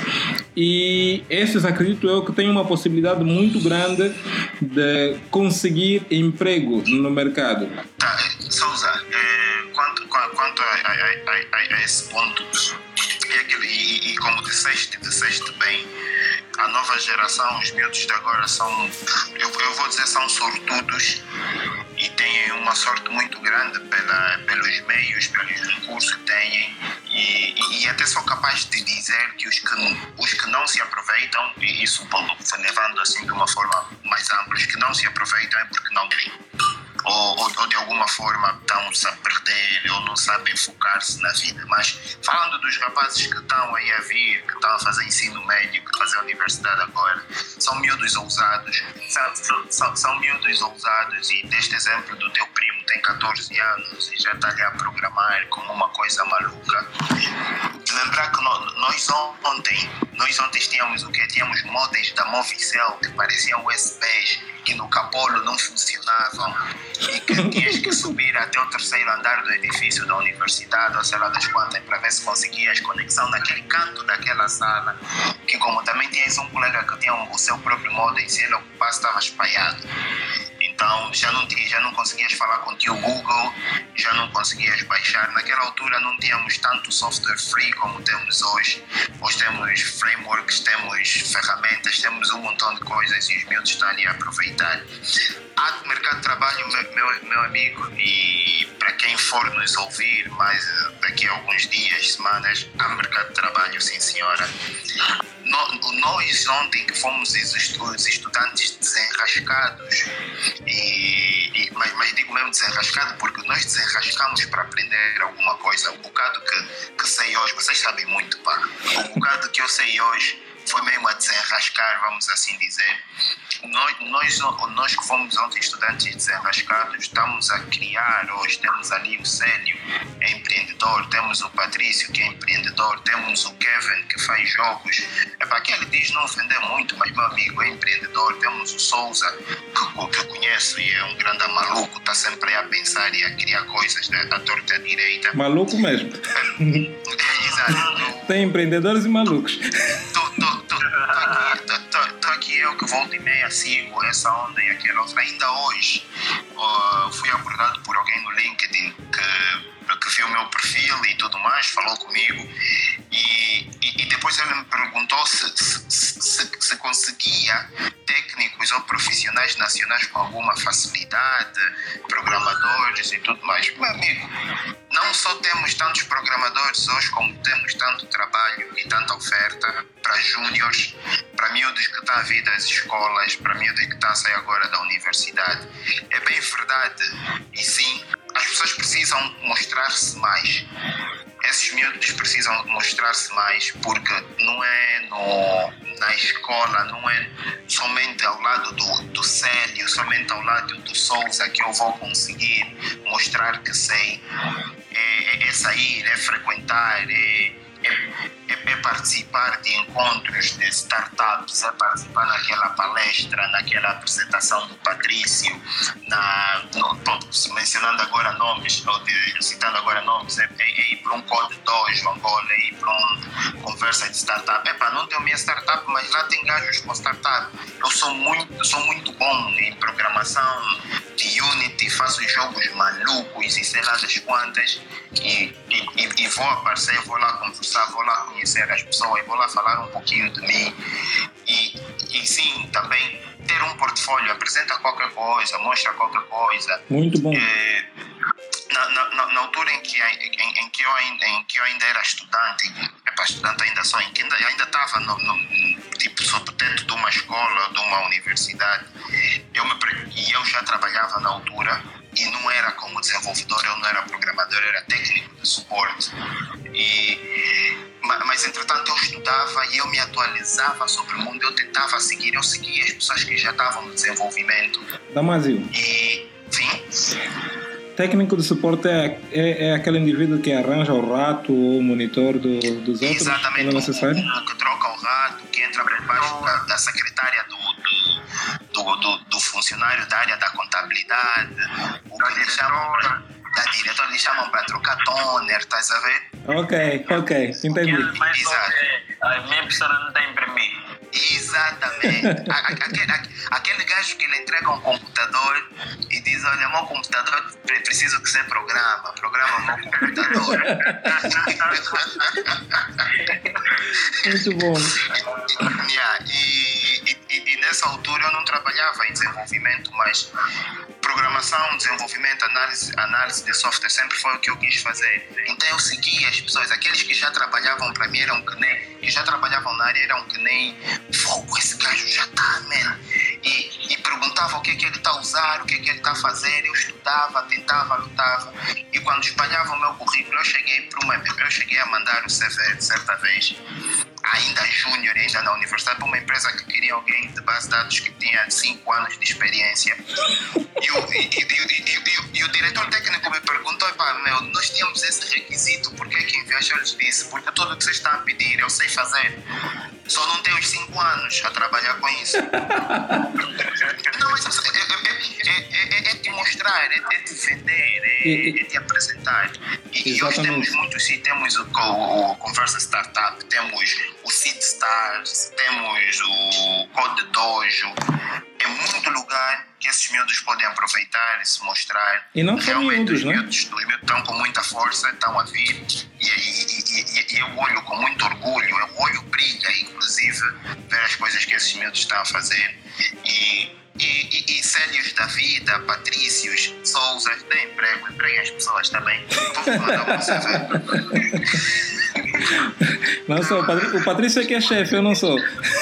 e esses acredito eu que têm uma possibilidade muito grande de conseguir emprego no mercado. Tá, Sousa, é, quanto, quanto a, a, a, a esse ponto, e, aquilo, e, e como disseste, disseste bem, a nova geração, os miúdos de agora são, eu, eu vou dizer, são sortudos e têm uma sorte muito grande pela, pelos meios, pelos recursos que têm, e, e até sou capaz de dizer que os que, os que não se aproveitam, e isso levando assim de uma forma mais ampla, os que não se aproveitam é porque não querem. Ou, ou, ou de alguma forma estão-se a perder ou não sabem focar-se na vida. Mas falando dos rapazes que estão aí a vir, que estão a fazer ensino médio, que fazem a universidade agora, são miúdos ousados, são, são, são miúdos ousados, e deste exemplo do teu primo tem catorze anos e já está ali a programar como uma coisa maluca. De lembrar que nós, nós ontem, nós ontem tínhamos o quê? Tínhamos modems da Movicel que pareciam U S Bs, que no capolo não funcionavam e que tinhas que subir até o terceiro andar do edifício da universidade ou sei lá das quantas para ver se conseguias conexão naquele canto daquela sala, que como também tinhas um colega que tinha o seu próprio modem, se ele ocupasse estava espalhado. Então já não, tinha, já não conseguias falar com o tio Google, já não conseguias baixar. Naquela altura não tínhamos tanto software free como temos hoje. Hoje temos frameworks, temos ferramentas, temos um montão de coisas e os miúdos estão ali a aproveitar. Há mercado de trabalho, meu, meu, meu amigo, e para quem for nos ouvir mais daqui a alguns dias, semanas, há mercado de trabalho, sim senhora. Nós ontem que fomos os estudantes desenrascados, e, e, mas, mas digo mesmo desenrascado porque nós desenrascamos para aprender alguma coisa. O bocado que, que sei hoje, vocês sabem muito, pá, o bocado que eu sei hoje foi mesmo a desenrascar, vamos assim dizer. Nós, nós, nós que fomos ontem estudantes desenrascados, estamos a criar hoje. Temos ali o Célio, é empreendedor, temos o Patrício, que é empreendedor, temos o Kevin, que faz jogos. É para que ele diz não vender muito, mas meu amigo é empreendedor. Temos o Sousa, que, que eu conheço e é um grande maluco, está sempre a pensar e a criar coisas da, da torta direita. Maluco mesmo. É, exato. Tem empreendedores e malucos. Tô, tô, tô, tô aqui eu que volta e meia sigo essa onda e aquela outra. Ainda hoje uh, fui abordado por alguém no LinkedIn que, que viu o meu perfil e tudo mais, falou comigo e, e, e depois ele me perguntou se, se, se, se conseguia técnicos ou profissionais nacionais com alguma facilidade, programadores e tudo mais. Meu amigo, não só temos tantos programadores hoje, como temos tanto trabalho e tanta oferta para júniores, para miúdos que estão a vir das escolas, para miúdos que estão a sair agora da universidade. É bem verdade. E sim, as pessoas precisam mostrar-se mais. Esses miúdos precisam mostrar-se mais porque não é no, na escola, não é somente ao lado do, do Célio, somente ao lado do Souza que eu vou conseguir mostrar que sei. É, é sair, é frequentar, é, é, é participar de encontros de startups, é participar naquela palestra, naquela apresentação do Patrício, na, no, pronto, mencionando agora nomes, ou de, citando agora nomes, é, é, é ir para um Code dois, Angola, é ir para uma conversa de startup. É para não ter a minha startup, mas lá tem gajos com startup. Eu sou muito, sou muito bom em programação de Unity, faço jogos malucos e sei lá das quantas, e, e, e vou aparecer, vou lá conversar, vou lá conhecer as pessoas, vou lá falar um pouquinho de mim e, e sim, também ter um portfólio, apresenta qualquer coisa, mostra qualquer coisa. Muito bom. É, na, na, na altura em que, em, em, que eu ainda, em que eu ainda era estudante, epa, estudante ainda só, em que ainda, ainda estava no, no, tipo, sob o teto de uma escola, de uma universidade, eu me, e eu já trabalhava na altura, e não era como desenvolvedor, eu não era programador, eu era técnico de suporte. E, mas, entretanto, eu estudava e eu me atualizava sobre o mundo, eu tentava seguir, eu seguia as pessoas que já estavam no desenvolvimento. Damásio. E, sim. Técnico de suporte é, é, é aquele indivíduo que arranja o rato ou o monitor do, dos outros? Exatamente, quando é necessário? O, o que troca o rato, que entra por baixo da, da secretária do, do, do, do funcionário da área da contabilidade, o que lhe chamam pra, da diretora, lhe chamam para trocar toner, estás a ver? Ok, ok, entendi. Mas a minha pessoa não está a imprimir. Exatamente. aquele, aquele gajo que lhe entrega um computador e diz: olha, meu computador preciso que você programa, programa meu computador. Muito bom. Yeah, e, e, e, e nessa altura eu não trabalhava em desenvolvimento, mas programação, desenvolvimento, análise, análise de software sempre foi o que eu quis fazer. Então eu seguia as pessoas, aqueles que já trabalhavam para mim eram que nem, que já trabalhavam na área eram que nem fogo, esse gajo já está, man. E, e perguntava o que é que ele está a usar, o que é que ele está a fazer, eu estudava, tentava, lutava. E quando espalhava o meu currículo, eu cheguei para uma, eu cheguei a mandar o C V de certa vez, ainda júnior, ainda na universidade, para uma empresa que queria alguém de base de dados que tinha cinco anos de experiência. E o, e, e, e, e, e o diretor técnico me perguntou: meu, nós tínhamos esse requisito, por que é que enviaste? Eu lhes disse: porque tudo o que vocês estão a pedir eu sei fazer, só não tenho os cinco anos a trabalhar com isso. Não, mas é, é, é, é te mostrar, é, é te vender, é, é te apresentar. E, e hoje temos muitos, sim, temos o, o, o Conversa Startup, temos o Seed Stars, temos o Code Dojo. É muito lugar que esses miúdos podem aproveitar e se mostrar. E não são miúdos, né? Os miúdos estão com muita força, estão a vir, e, e, e, e eu olho com muito orgulho, o olho brilha, inclusive, ver as coisas que esses miúdos estão a fazer. E, e, e, e Célios da vida, Patrícios, Souzas, dê emprego, empreguem as pessoas também. Vou mandar um C V. Não sou, o Patrício é que é chefe, eu não sou.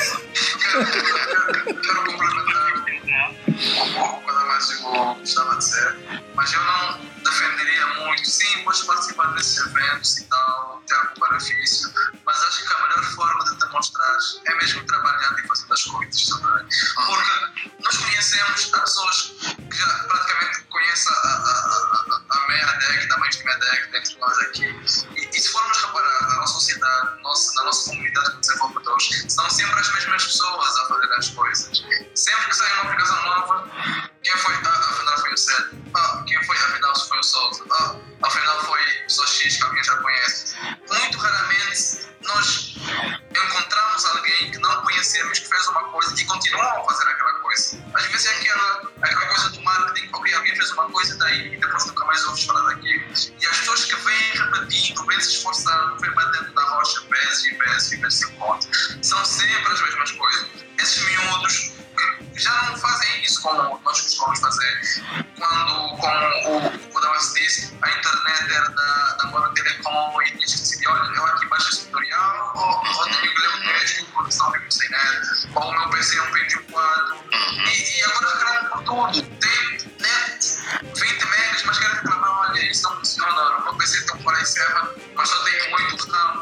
Quero complementar um pouco quando mais eu gostava de dizer, mas eu não defenderia muito. Sim, podes participar desses eventos e tal, ter algum benefício, mas acho que a melhor forma de demonstrar é mesmo trabalhando e fazendo as coisas também. Porque nós conhecemos, há pessoas que já praticamente conhecem a, a, a, a meia década, mais de meia década entre nós aqui. E, e se formos reparar na nossa sociedade, na nossa, na nossa comunidade de desenvolvedores, são sempre as mesmas pessoas a fazer as coisas. Sempre que sai uma aplicação nova, quem foi? Ah, afinal foi o Célio. Ah, quem foi? Afinal foi o Souza. Ah, afinal foi o Só X, que alguém já conhece. Muito raramente nós encontramos alguém que não conhecemos, que fez fez uma coisa e continuam a fazer aquela coisa. Às vezes é aquela, aquela coisa do marketing, ok, alguém fez uma coisa daí e depois nunca mais ouves falar daquilo. E as pessoas que vêm repetindo, vêm se esforçando, vêm batendo na rocha vezes e vezes e vezes sem conta, são sempre as mesmas coisas. Esses miúdos já não fazem isso como nós costumamos fazer. Quando, como o, o Dawes disse, a internet era da, da Mono Telecom e tinha que decidir, olha, eu aqui baixo esse tutorial, ou, ou tenho que ler um texto, porque senão fico sem net, ou o meu P C é um Pentium quatro. E, e agora reclamam por tudo. Tem net, vinte megas, mas querem reclamar, olha, isso não funciona, o meu P C tem um Core i sete, mas só tem oito RAM.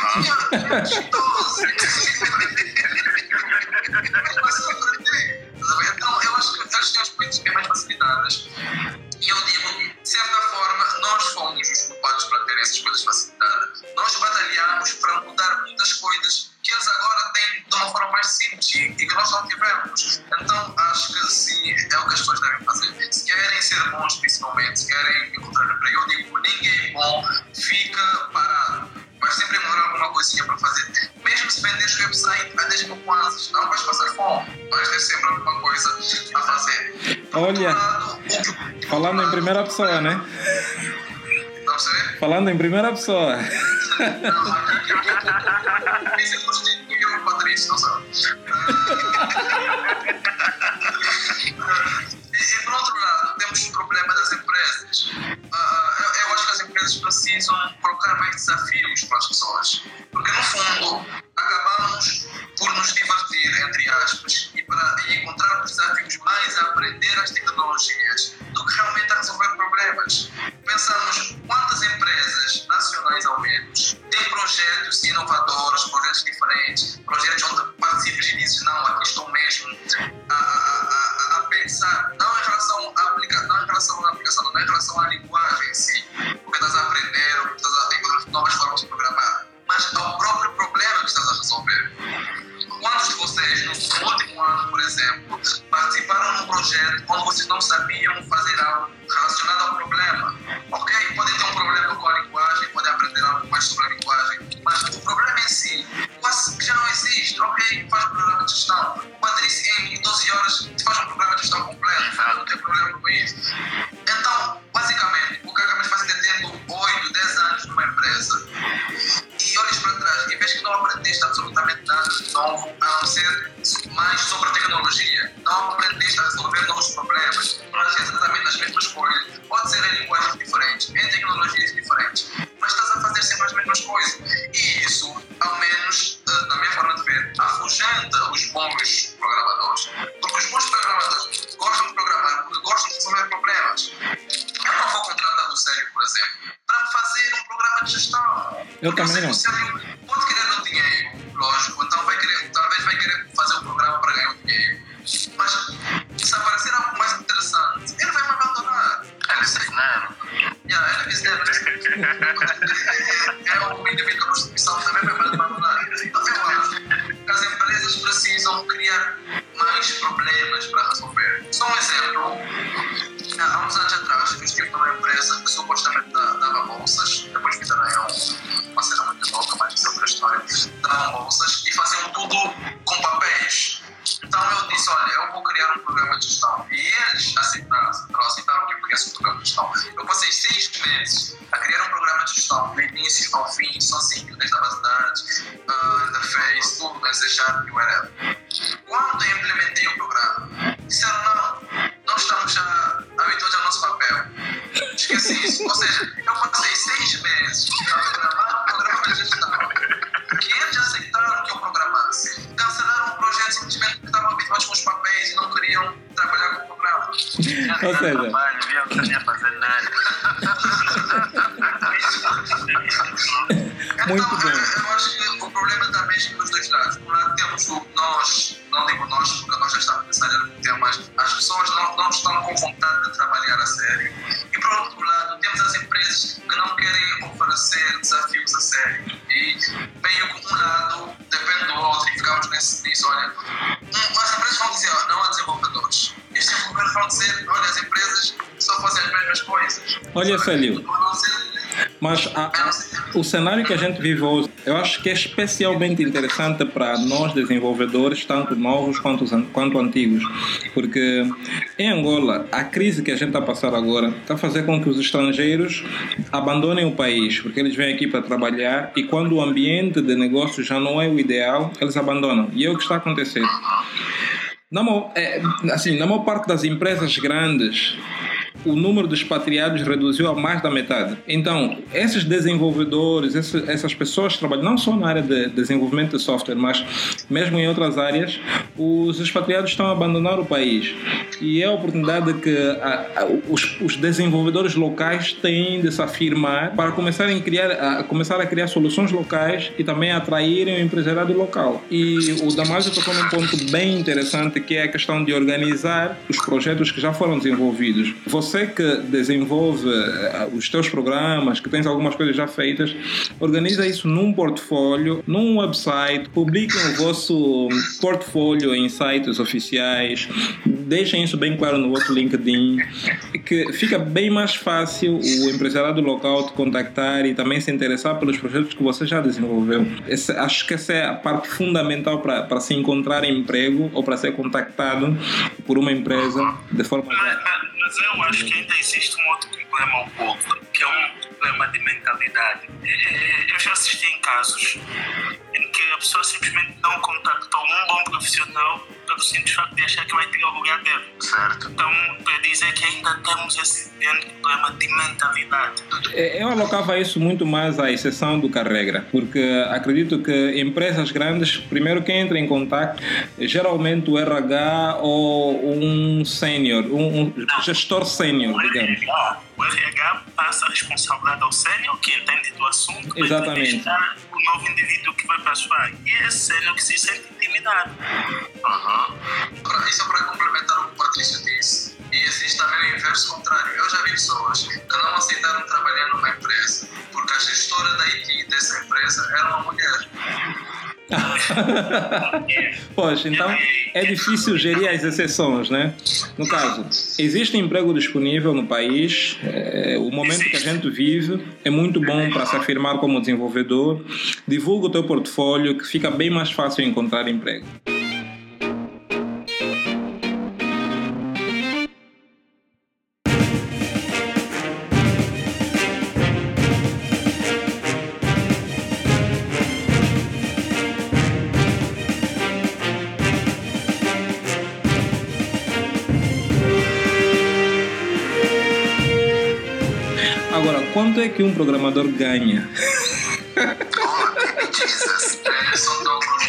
Então, eu acho que eles têm as coisas bem mais facilitadas. E eu digo, de certa forma, nós fomos os culpados para terem essas coisas facilitadas. Nós batalhamos para mudar muitas coisas que eles agora têm de uma forma mais simples e que nós não tivemos. Então, acho que sim, é o que as pessoas devem fazer. Se querem ser bons, principalmente, se querem encontrar emprego, eu digo, ninguém bom fica parado. Vai sempre encontrar alguma coisinha para fazer. Mesmo se venderes o website a dez mil kwanzas, não vais passar fome. Vais ter sempre alguma coisa a fazer. Olha, lado, falando em primeira pessoa, né? Não sei? Falando em primeira pessoa. Não, aqui eu eu vou Patrícia, não sabe? E por outro lado, temos o problema das empresas. Eu acho que as empresas precisam colocar mais desafios para as pessoas. Porque, no fundo, acabamos por nos divertir, entre aspas, e, para, e encontrarmos desafios mais a aprender as tecnologias do que realmente a resolver problemas. Pensamos quantas empresas, nacionais ao menos, têm projetos inovadores, projetos diferentes, projetos onde participes e dizes, não, aqui estou mesmo a, a, a, a pensar, não em relação à aplicação, não em relação à aplicação, não em relação à linguagem em si, porque estás a aprender, porque estás a encontrar novas formas de programar, mas ao próprio problema que estás a resolver. Quantos de vocês, no último ano, por exemplo, participaram num projeto onde vocês não sabiam fazer algo relacionado ao problema? Ok, podem ter um problema com a linguagem, podem aprender algo mais sobre a linguagem, mas o problema em si quase já não existe. Ok, faz um programa de gestão. O Patrícia, em doze horas, faz um programa de gestão completo, não tem problema com isso. Então, basicamente, o que acabas fazendo é tendo oito, dez anos numa empresa e olhas para trás e vês que não aprendeste absolutamente nada de novo, a não ser mais sobre a tecnologia. Não aprendeste a resolver novos problemas. Mas é exatamente as mesmas coisas. Pode ser em linguagens diferentes, em tecnologias diferentes, mas estás a fazer sempre as mesmas coisas. E isso, ao menos, na minha forma de ver, afugenta os bons programadores. Porque os bons programadores gostam de programar porque gostam de resolver problemas. Eu não vou contratar o Célio, por exemplo, para fazer um programa de gestão. Eu também não. O Célio pode querer o dinheiro, lógico, então vai querer, talvez vai querer fazer um programa para ganhar o dinheiro. Mas se aparecer algo mais interessante, ele vai me abandonar. Ele é business. Yeah, ele é business. É um indivíduo da Constituição, também vai me abandonar. Então eu acho que as empresas precisam criar mais problemas para resolver. Só um exemplo. Há uns anos atrás, eu estive numa empresa que supostamente dava bolsas, depois fizeram uma cena muito louca, mas isso é outra história. Davam bolsas e faziam tudo com papéis. Então eu disse, olha, eu vou criar um programa de gestão. E eles aceitaram, aceitaram que eu criasse um programa de gestão. Eu passei seis meses a criar um programa de gestão, do início ao fim, sozinho, desde a base de dados, uh, interface, tudo, em C Sharp e whatever. Quando eu implementei o programa, disseram, não, nós estamos já habituados ao nosso papel. Esqueci isso. Ou seja, eu passei seis meses a programar um programa de gestão. Que eles aceitaram que eu programasse. Cancelaram o projeto simplesmente porque estavam habituados com os papéis e não queriam trabalhar com o programa. Ou seja, Trabalho, viu? Não sabia fazer nada. Muito Então, bem. eu, eu acho que o problema está mesmo dos dois lados. Por um lado temos o nós, não digo nós, porque nós já estamos pensando no tema, mas as pessoas não, não estão com vontade de trabalhar a sério. E por outro lado, temos as empresas que não querem oferecer desafios a sério. E meio que um lado depende do outro e ficamos nesse, nisso. Olha, um, as empresas vão dizer, ó, não há desenvolvedores. E os desenvolvedores vão dizer, olha, as empresas só fazem as mesmas coisas. Olha, Célio. Vão dizer, Mas a, a, o cenário que a gente vive hoje, eu acho que é especialmente interessante para nós desenvolvedores, tanto novos quanto, quanto antigos, porque em Angola, a crise que a gente está a passar agora está a fazer com que os estrangeiros abandonem o país, porque eles vêm aqui para trabalhar e quando o ambiente de negócio já não é o ideal, eles abandonam. E é o que está a acontecer. Na maior, é, assim, na maior parte das empresas grandes, o número de expatriados reduziu a mais da metade. Então, esses desenvolvedores, esses, essas pessoas que trabalham não só na área de desenvolvimento de software, mas mesmo em outras áreas, os expatriados estão a abandonar o país. E é a oportunidade que a, a, os, os desenvolvedores locais têm de se afirmar para começarem a criar, a, começar a criar soluções locais e também atraírem o empresariado local. E o Damásio tocou num ponto bem interessante, que é a questão de organizar os projetos que já foram desenvolvidos. Você que desenvolve os teus programas, que tens algumas coisas já feitas, organiza isso num portfólio, num website, publiquem o vosso portfólio em sites oficiais, deixem isso bem claro no vosso LinkedIn, que fica bem mais fácil o empresariado local te contactar e também se interessar pelos projetos que você já desenvolveu. Esse, acho que essa é a parte fundamental para, para se encontrar emprego ou para ser contactado por uma empresa de forma... Mas eu acho que ainda existe um outro problema um pouco, que é um problema de mentalidade. Eu já assisti em casos em que a pessoa simplesmente não contactou um bom profissional pelo simples facto de achar que vai ter o lugar dele. Certo. Então, para dizer que ainda temos esse grande problema de mentalidade. Eu alocava isso muito mais à exceção do que à regra, porque acredito que empresas grandes, primeiro quem entra em contato, geralmente o R H ou um sênior, um, um gestor sênior, digamos. O R H passa a responsabilidade ao sênior que entende do assunto. Exatamente. Para o novo indivíduo que vai para a sua área. E é esse sênior que se sente intimidado. Uhum. Isso é para complementar o que o Patrício disse. E existe também o inverso contrário. Eu já vi pessoas que não aceitaram trabalhar numa empresa porque a gestora da I T dessa empresa era uma mulher. Poxa, então é difícil gerir as exceções, né? No caso, existe emprego disponível no país, é, o momento que a gente vive é muito bom para se afirmar como desenvolvedor. Divulga o teu portfólio, que fica bem mais fácil encontrar emprego. Agora, quanto é que um programador ganha? Oh, Jesus. Esse é um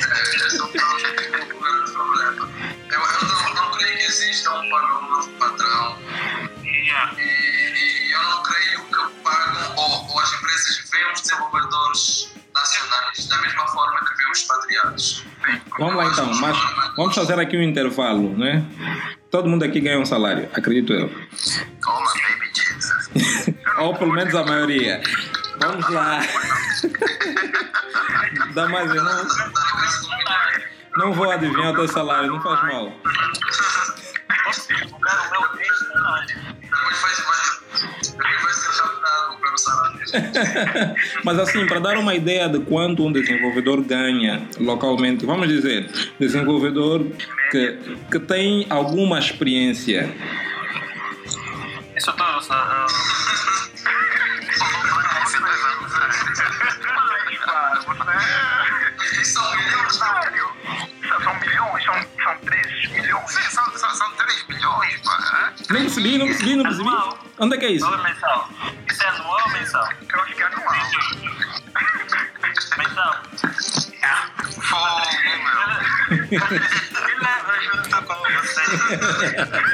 problema. Eu, eu não, não creio que exista um valor padrão. Yeah. E, e eu não creio que pagam, ou, ou as empresas veem os desenvolvedores nacionais da mesma forma que veem os expatriados. Vamos lá então, mas vamos fazer aqui um intervalo, né? Todo mundo aqui ganha um salário, acredito eu. Oh, my baby Jesus. Ou pelo menos a maioria. Vamos lá. Dá mais, eu não, não vou adivinhar o teu salário, não faz mal. divulgar o meu texto na rádio. Depois vai, vai, vai ser raptado pelo salário. Mas assim, para dar uma ideia de quanto um desenvolvedor ganha localmente, vamos dizer, desenvolvedor que, que tem alguma experiência. Isso tudo, uh, São milhões, São milhões, são, são três milhões. Sim, são, são, são três milhões, pá. Não percebi, não percebi, não percebi. Onde é que é isso? anual ou mensal? Isso é anual ou mensal? Eu acho que é anual. Mensal. Fogo, meu. Me leva junto com você.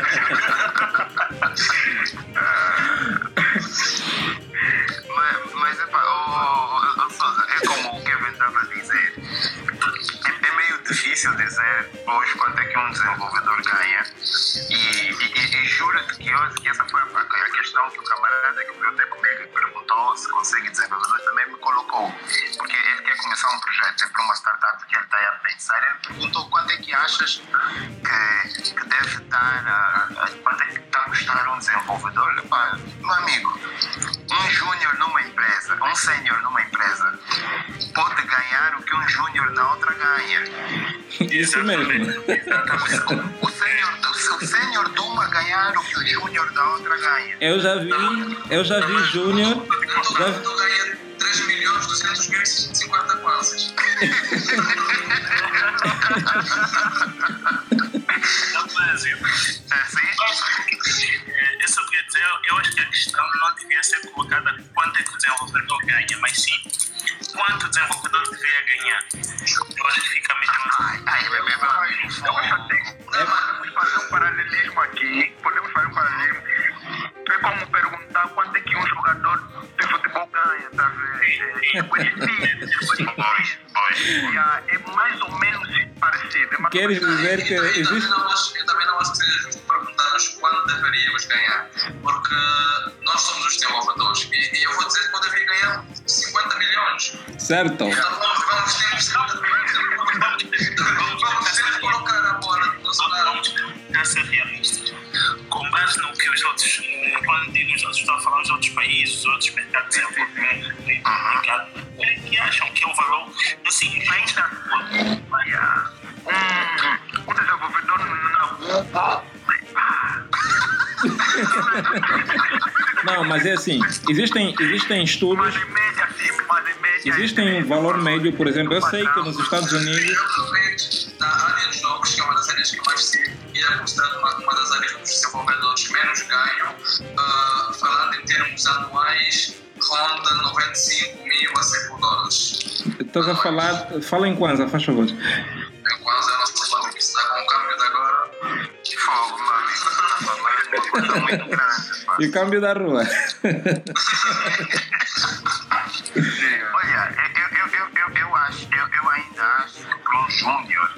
Mas, mas epá, oh, oh, oh, Sousa, é como o Kevin estava a dizer. É, é meio difícil dizer hoje quanto é que um desenvolvedor ganha. E, e, e, e juro-te que, hoje, que essa foi a, a questão que o camarada que veio até comigo e perguntou se consegue desenvolvedor também me colocou. Porque ele quer começar um projeto, é para uma startup que ele está a pensar. Ele perguntou quanto é que achas que, que deve dar, a, a, quanto é que está a custar um desenvolvedor. Epá, meu amigo, um júnior numa empresa, um sênior numa empresa, pode ganhar o que um júnior na outra ganha. Isso mesmo. O sênior o sênior de uma ganhar o que o júnior da outra ganha. Eu já vi, eu já vi júnior. Já... Tu ganha três milhões duzentos mil e cinquenta quase. Eu só queria dizer, eu acho que a questão não devia ser colocada quanto é que o desenvolvedor ganha, mas sim quanto o desenvolvedor deveria ganhar. Eu acho que fica melhor. Ai, ai, meu Deus. Eu acho que podemos fazer um paralelismo aqui. Podemos fazer um paralelismo. É como perguntar quanto é que um jogador de futebol ganha, tá vendo? É conhecido. Yeah, é mais ou menos parecido. É mais Queres dizer que Eu também existe... não acho- eu também não acho que seja justo perguntar-nos quanto deveríamos ganhar, porque nós somos os desenvolvedores. E, e eu vou dizer que eu deveria ganhar cinquenta milhões. Certo. Então vamos, vamos ter vamos, vamos ter que colocar a bola no nosso lado. Vamos tentar ser realistas. Com base no que os outros, quando digo os outros, estou a falar os outros países, os outros mercados desenvolvimentos, que acham que é o valor, assim, ainda. Yeah. Um, um desenvolvedor na Google. Não, mas é assim, existem, existem estudos, Mas em média, sim, mas em média. existem um valor médio, por exemplo, eu sei que nos Estados Unidos, Provavelmente, na área de jogos, que é uma das áreas que eu mais sigo, e é considerada uma, uma das áreas que os desenvolvedores menos ganham, uh, falando em termos anuais, ronda noventa e cinco mil a cem mil dólares. estás a falar, fala em Kwanza, faz favor. Em quase é o nosso problema que está com o câmbio de agora. Que fogo, meu amigo. É uma coisa muito grande, pá. E o câmbio da rua. Olha, eu, eu, eu, eu, eu, acho, eu, eu ainda acho que para um júnior,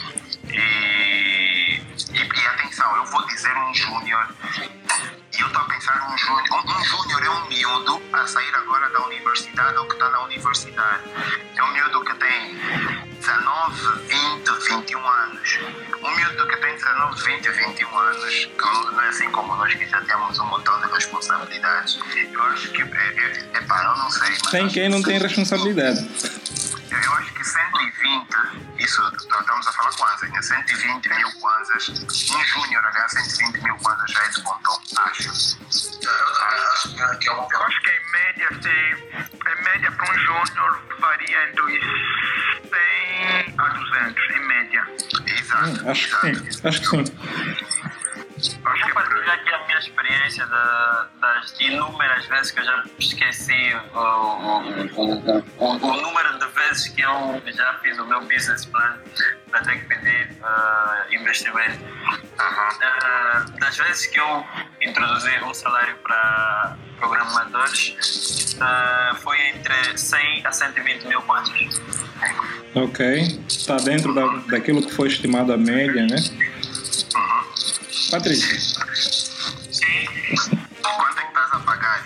e, e, e atenção, eu vou dizer um júnior, e eu estou a pensar num júnior, um, um júnior é um miúdo a sair agora da universidade ou que está na universidade. É um miúdo que tem dezanove, vinte, vinte e um anos. Um miúdo que tem dezanove, vinte, vinte e um anos, que não é assim como nós que já temos um montão de responsabilidades. Eu acho que, é, é, é pá, eu não sei. Mas Tem acho quem que não tem cento- responsabilidade. Eu, eu acho que cento e vinte, isso, estamos a falar kwanzas, né? cento e vinte mil kwanzas, um júnior a ganhar cento e vinte mil kwanzas já é de bom tom, acho. Eu também acho que- que é uma Eu acho que em média, sim, em média para um júnior varia entre os cem a duzentos, em média. Exato, Hum, acho que exato. sim, acho que sim. Acho que Vou é por partilhar aqui a minha experiência da, das inúmeras vezes que eu já esqueci o, o, o, o, o, o número de vezes que eu já fiz o meu business plan para ter que pedir uh, investimento. Uh, das vezes que eu introduzi um salário para programadores, uh, foi entre cem a cento e vinte mil kwanzas. Ok. Está dentro da, daquilo que foi estimado a média, né? Patrícia. Sim. Quanto é que estás a pagar?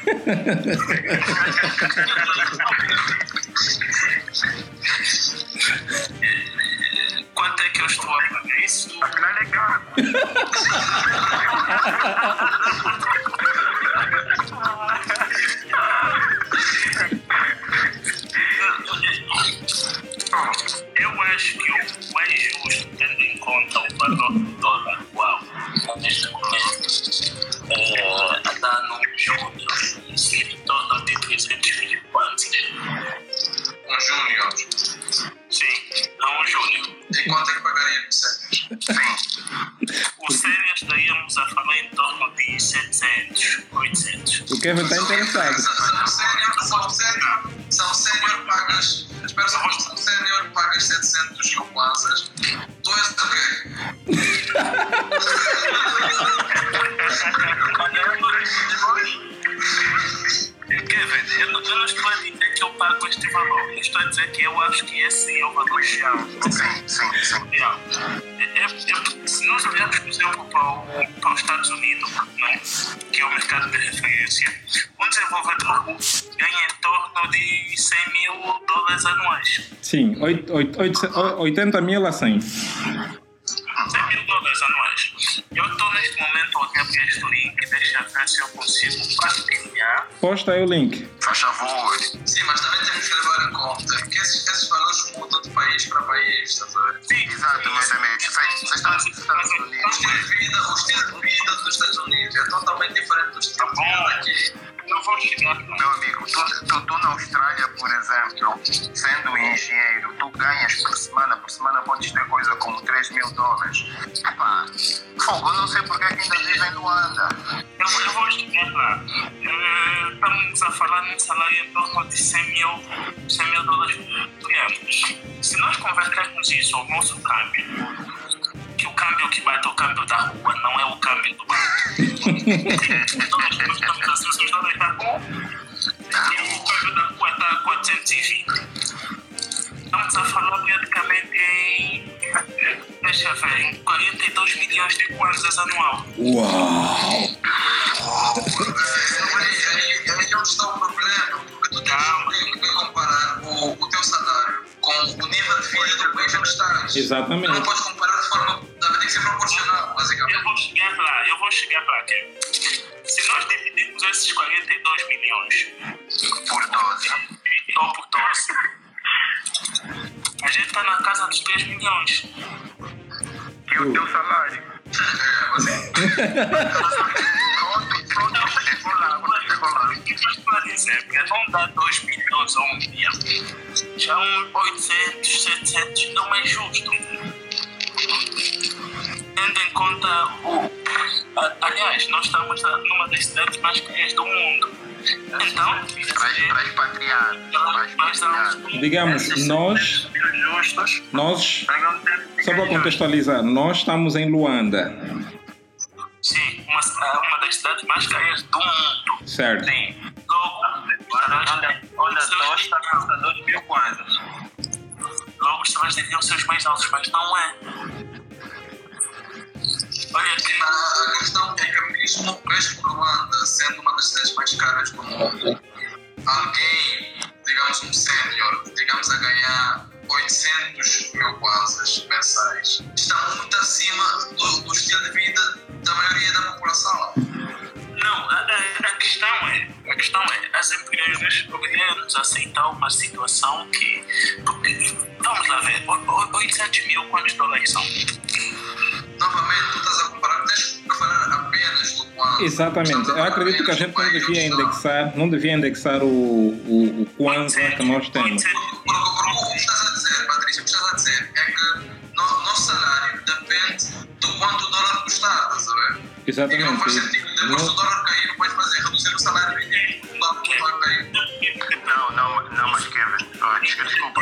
Quanto é que eu estou a pagar isso? Afinal é caro. Eu acho que o mais justo, tendo em conta o valor do dólar atual, neste momento, é, a dar no júnior, em torno de trezentos mil kwanzas. um júnior. Sim, não um júnior. E quanto é que pagaria por sénior? Sim. O sénior estaríamos a falar em torno de setecentos, oitocentos. O Kevin está interessado. São sénior, são sénior, são sénior pagas. Espera só, são sénior pagas setecentos mil kwanzas. Tu és o quê? Kevin, eu não, eu não estou a dizer que eu pago este valor. Eu estou a dizer que eu acho que esse é o valor real. Sim, sim, sim. desenvolvedor ganha em torno de cem mil dólares anuais. Sim, oitenta mil a cem. cem mil dólares anuais. Eu estou neste momento a olhar para este link, deixa eu ver se eu consigo partilhar. Posta aí o link. Faz favor. Sim, mas também temos que levar em conta que esses, esses valores mudam de país para país, estás a ver? Sim, Exato, meus amigos. Vocês estão nos Estados O Unidos. estilo de vida, o estilo de vida dos Estados Unidos é totalmente diferente do estilo de vida daqui. eu vou chegar. Meu amigo, tu, tu, tu na Austrália, por exemplo, sendo engenheiro, tu ganhas por semana, por semana podes ter coisa como três mil dólares. Epá, fogo, eu não sei porque é que ainda vivem em Luanda. Eu, eu vou chegar lá. Uh, estamos a falar num salário em torno de cem mil, cem mil dólares por ano. Se nós convertermos isso ao nosso câmbio, que o câmbio que bate é o câmbio da rua, não é o câmbio do banco. Então nós estamos assim, os dólares da rua, e o câmbio da rua está a quatrocentos e vinte. Estamos a falar praticamente em, deixa eu ver, em quarenta e dois milhões de kwanzas anual. Uau! Aí é onde está o problema, porque tu tens que comparar o, o teu salário com o nível de vida do país onde estás. Exatamente. Tu não podes comparar de forma, tem que ser proporcional, basicamente. Eu vou chegar lá, eu vou chegar lá, Kevin. Se nós dividirmos esses quarenta e dois milhões Por doze. ou por doze, a gente está na casa dos três milhões. E o teu salário? É, basicamente. Pronto, pronto, chegou lá, você chegou lá. Para dizer, porque vão dar dois milhões a um dia. Já um oitocentos, setecentos não é justo. Tendo em conta o. Aliás, nós estamos numa das cidades mais caras do mundo. Então, Para expatriar. Para expatriar. Digamos, nós, justos, nós, pegam só para contextualizar, nós estamos em Luanda, sim, uma, uma das cidades mais caras do mundo. certo? Sim. Logo, onde a tosta custa dois mil kwanzas. Logo, os salários deviam ser os mais altos, mas não é. Olha, aqui na, a questão é que mesmo, mesmo Luanda, sendo uma das cidades mais caras do mundo, alguém, digamos um sênior, digamos a ganhar oitocentos mil kwanzas mensais, está muito acima do, do estilo de vida da maioria da população. Não, a, a, a questão é, a questão é, as empresas obrigam-nos a aceitar uma situação que, porque, vamos lá ver, oitocentos mil quantos dólares são? Novamente, tu estás a comparar, tens que falar apenas do Kwanza. Exatamente. Eu acredito que a gente não devia indexar, não devia indexar o, o, o Kwanza que nós temos. Porque, porque, porque o que estás a dizer, Patrícia, o que estás a dizer é que no, nosso salário depende do quanto o dólar custar, estás a ver? Exatamente. E não faz sentido, depois do dólar cair, vais fazer reduzir o salário e o dólar cair. Não, não, não, mas Kevin, oh, desculpa.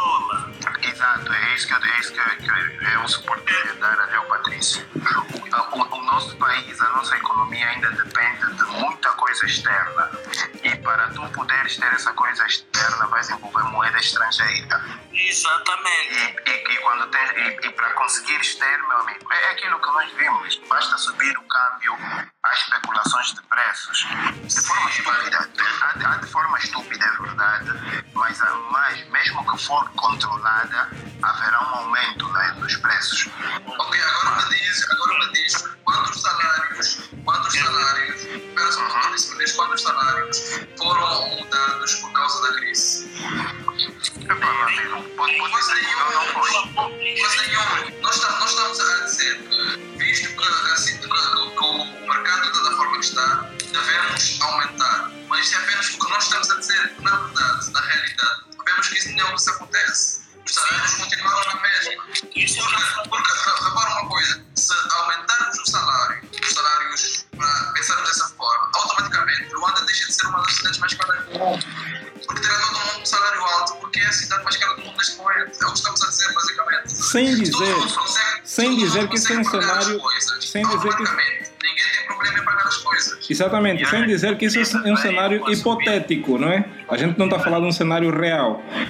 Exato, é isso que, eu, é, isso que, eu, que eu, é o suporte que eu ia dar ali ao Patrício. O, o, o nosso país, a nossa economia ainda depende de muita coisa externa. E para tu poderes ter essa coisa externa, vais envolver moeda estrangeira. Exatamente. E, e, e, quando tem, e, e para conseguires ter, meu amigo, é aquilo que nós vimos. Basta subir o câmbio às especulações de preços. De forma estúpida. Há, há de forma estúpida, é verdade. Mas, mas mesmo que for controlada, haverá um aumento, né, dos preços. Ok, agora me diz, agora me diz quantos salários, quantos salários, espera só um pouquinho, me diz quantos salários foram mudados por causa da crise. Epá, meu amigo, pode, pode Mas dizer que não, não foi. Mas nenhum, nós, tá, nós estamos a dizer que, visto que, assim, que, que, que o mercado está da forma que está, devemos aumentar. Mas isso é apenas o que nós estamos a dizer, na verdade, na realidade, vemos que isso não é o que se acontece. Os salários continuaram na mesma. Porque, porque repara uma coisa, se aumentarmos o salário, os salários, para pensarmos dessa forma, automaticamente Luanda deixa de ser uma das cidades mais caras do mundo. Porque terá todo mundo um salário alto, porque é a cidade mais cara do mundo neste momento. É o que estamos a dizer, basicamente. Sem dizer, consegue, sem dizer que isso é um cenário, sem dizer que ninguém tem problema em pagar as coisas. exatamente, sem dizer que isso é um cenário hipotético, não é? A gente não está falando de um cenário real.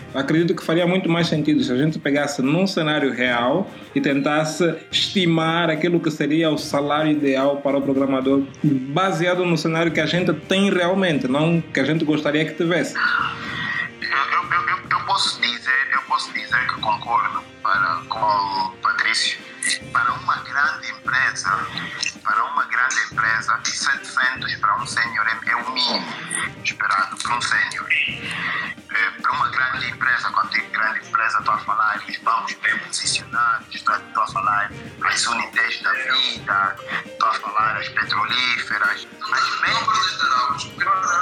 acredito que faria muito mais sentido se a gente pegasse num cenário real e tentasse estimar aquilo que seria o salário ideal para o programador, baseado no cenário que a gente tem realmente, não que a gente gostaria que tivesse. Eu, eu, eu, eu, posso dizer, eu posso dizer que concordo para, com o Patrício. Para uma grande empresa, para uma grande empresa, setecentos para um sênior é, é o mínimo esperado para um sênior. É, para uma grande empresa, quando digo grande empresa, estou a falar os bancos bem posicionados, estou, estou a falar as unidades da vida, estou a falar as petrolíferas, as médias.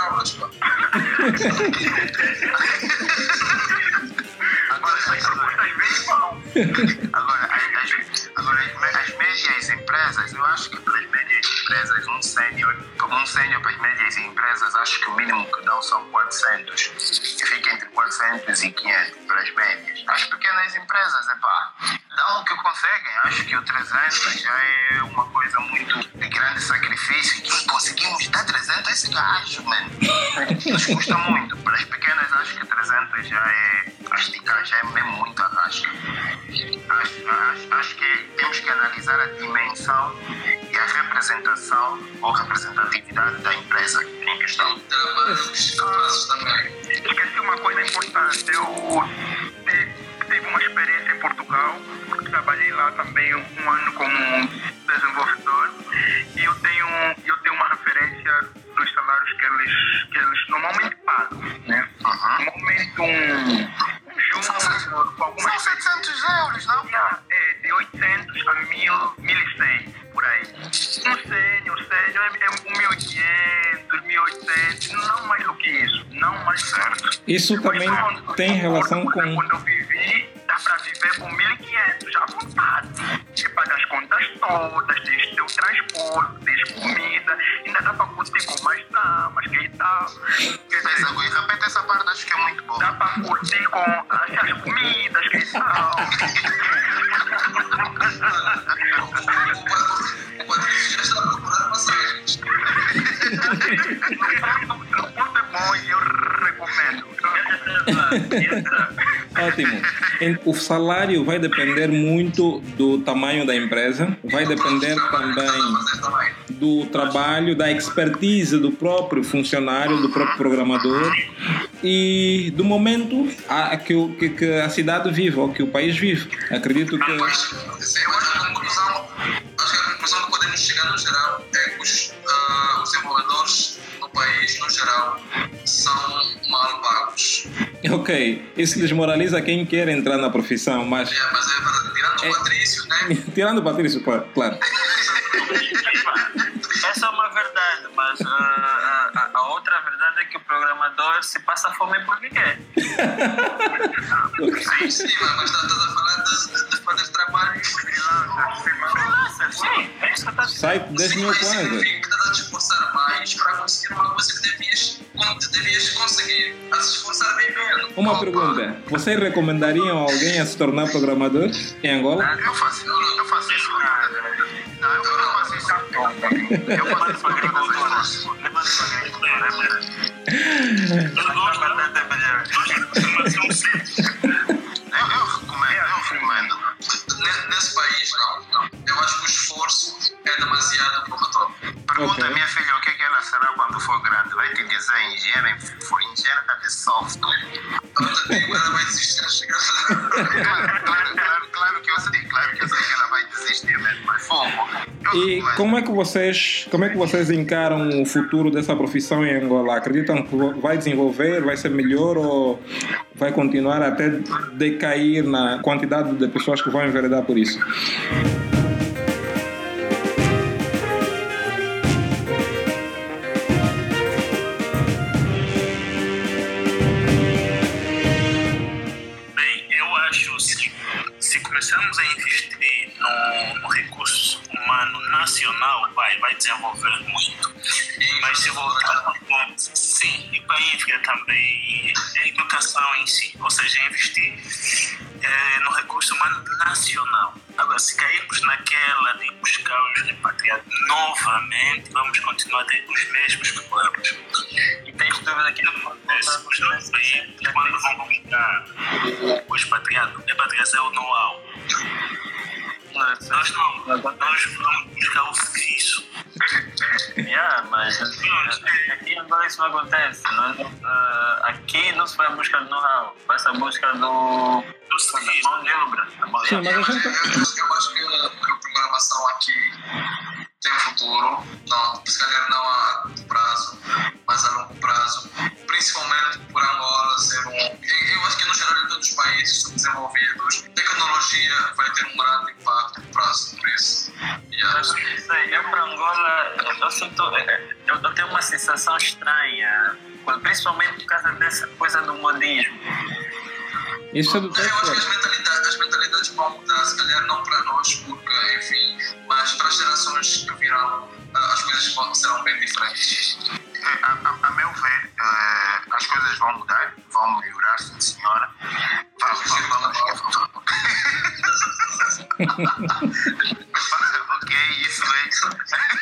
Agora, as, agora as médias empresas, eu acho que para as médias empresas, um sênior, como um sênior para as médias empresas, acho que o mínimo que dão são quatrocentos. E fica entre quatrocentos e quinhentos para as médias. As pequenas empresas, epá, dão o que conseguem. Acho que o trezentos já é uma coisa muito de grande sacrifício. Que conseguimos dar trezentos a esse gajo, mano. Nos custa muito. Para as pequenas, acho que trezentos já é, acho que já é mesmo muito a rasca. Acho, acho, acho que temos que analisar a dimensão e a representação ou representatividade da empresa em questão. Também. Esqueci uma coisa importante. Eu tive uma experiência em Portugal, trabalhei lá também um ano como desenvolvedor e eu tenho, eu tenho uma referência dos salários que eles, que eles normalmente pagam, né? Uhum. Normalmente um, um júnior com algumas... São setecentos euros, não? É, de oitocentos a mil, mil e cem, por aí. Um sênior, sênior é mil e quinhentos, mil e oitocentos, não mais do que isso, não mais certo. Isso também quando, tem relação com... Quando eu vivi, dá para viver com mil e quinhentos, já à vontade. Você paga as contas todas, tens teu transporte, tens comida, ainda dá para curtir com mais damas, que tal. E repete essa parte, acho que é muito bom. Dá para curtir com as, as comidas, que tal. O Patrício já está a procurar passagens. O ponto é bom e eu recomendo. Ótimo. O salário vai depender muito do tamanho da empresa, vai depender também do trabalho, da expertise do próprio funcionário, do próprio programador e do momento a, que, o, que, que a cidade vive ou que o país vive. Acredito que... Mas, sim, eu acho que a conclusão, acho que a conclusão que podemos chegar no geral é que os, uh, os desenvolvedores no país, no geral, são mal pagos. Ok, isso desmoraliza quem quer entrar na profissão, mas... É, mas é verdade, tirando é... o Patrício, né? Tirando o Patrício, claro. Essa é uma verdade, mas uh, a, a outra verdade é que o programador se passa fome porque quer. Sim, sim, mas estás a falar de, de fazer trabalho freelancer. Sim, é isso que eu estou dizendo. Sai dez mil Sim, mas kwanzas. significa que estás a te esforçar mais para conseguir uma coisa que devias, como te devias conseguir, a se esforçar bem menos. Uma Opa. pergunta, vocês recomendariam alguém a se tornar programador em Angola? Eu faço, eu faço isso. Não, eu não faço isso. Eu faço isso. Levando para a agricultura. Eu recomendo, eu recomendo. Nesse país, não. Eu acho que o esforço é demasiado promotor. Pergunta Ok. à minha filha o que é que ela será quando for grande. Vai te dizer engenheira, for engenheira de software. Eu te digo, ela vai desistir de chegar. Claro, claro, claro, claro que eu sei, claro que eu sei que ela vai desistir mesmo, mas fogo. Eu E recomendo. como é que vocês, como é que vocês encaram o futuro dessa profissão em Angola? Acreditam que vai desenvolver, vai ser melhor ou vai continuar até decair na quantidade de pessoas que vão enveredar por isso? Bem, eu acho se, se começarmos a investir no, no recurso humano nacional, vai, vai desenvolver muito. Mas se voltar para sim, e para a infra também, a educação em si, ou seja, investir é, no recurso humano nacional. Agora, se cairmos naquela de buscar os repatriados novamente, vamos continuar a ter os mesmos problemas. E tem tens dúvida que Acontece, os nossos países, quando vão buscar o expatriado, expatriado é o know-how. Nós não, nós vamos buscar o serviço. Yeah, mas aqui em Angola isso não acontece. Não, uh, aqui não se vai buscar do know-how, vai se buscar do, da mão de obra. Sim, mas a gente... Eu, eu, eu acho que a programação aqui tem futuro, não, se calhar não a curto prazo, mas a longo prazo, principalmente por Angola ser um... Eu acho que no geral em todos os países subdesenvolvidos, tecnologia vai ter um grande impacto no prazo, por isso. Yeah. Sei, eu para Angola, eu, sinto, eu, eu tenho uma sensação estranha, principalmente por causa dessa coisa do modismo. Isso é do Eu acho que as mentalidades, as mentalidades vão mudar, se calhar não para nós, porque, enfim, mas para as gerações que virão, as coisas vão, serão bem diferentes. A, a, a meu ver, uh, as coisas vão mudar, vão melhorar, sim senhora. Vamos, vamos, vamos. Ok, isso mesmo.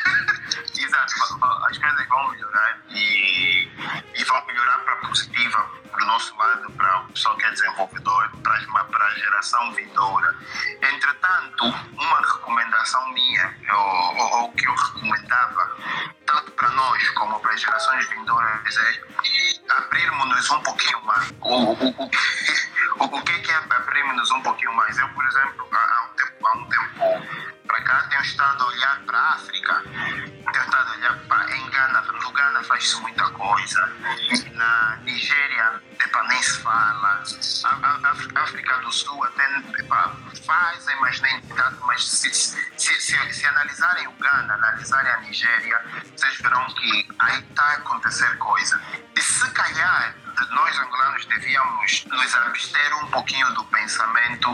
Exato, as coisas vão melhorar e, e vão melhorar para a positiva, para o nosso lado, para o pessoal que é desenvolvedor, para, para a geração vindoura. Entretanto, uma recomendação minha, ou, ou, ou que eu recomendava, tanto para nós como para as gerações vindouras, é abrirmos-nos um pouquinho mais. O, o, o, o, o que é abrirmos-nos um pouquinho mais? Eu, por exemplo, há um tempo, há um tempo para cá, tenho estado a olhar para a África, tenho estado a olhar para em Gana, no Gana faz-se muita coisa, na Nigéria epa, nem se fala, a, a, a África do Sul até epa, fazem, mas nem tanto, mas se, se, se, se analisarem o Gana, analisarem a Nigéria, vocês verão que aí está a acontecer coisa. E se calhar nós angolanos devíamos nos abster um pouquinho do pensamento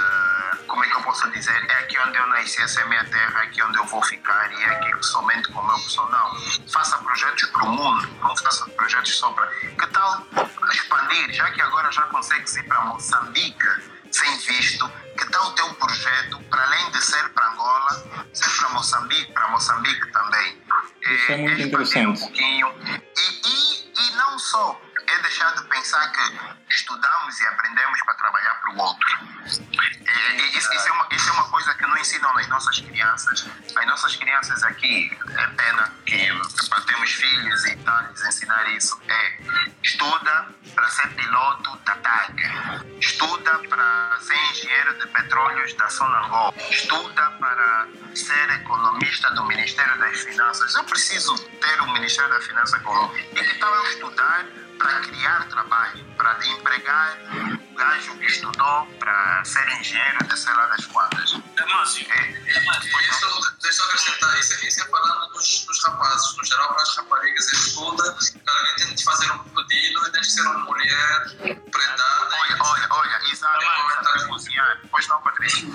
de, como é que eu posso dizer, é aqui onde eu nasci, essa é a minha terra, é aqui onde eu vou ficar e é aqui somente como eu sou. Não, faça projetos para o mundo, não faça projetos só para... Que tal expandir, já que agora já consegues ir para Moçambique sem visto, que tal o teu projeto, para além de ser para Angola, ser para Moçambique, para Moçambique também. Isso é muito é interessante. Um pouquinho, e, e, e não só é deixar de pensar que estudamos e aprendemos para trabalhar para o outro. É, isso, isso, é uma, isso é uma coisa que não ensinam nas nossas crianças. As nossas crianças aqui, é pena que para termos filhos e tal, lhes ensinar isso. É, estuda para ser piloto da T A G, estuda para ser engenheiro de petróleos da Sonangol, estuda para ser economista do Ministério das Finanças. Eu preciso ter o Ministério das Finanças como... E que tal eu estudar para criar trabalho, para empregar o gajo que estudou para ser engenheiro de sei lá das quantas. Damásio, É, é, Isso, deixa eu acrescentar, isso, isso é falando dos, dos rapazes, no geral para as raparigas, estuda, cada vez tem de fazer um pedido e tem de ser uma mulher prendada. olha, olha, olha, exato, para cozinhar. Pois não, Patrícia?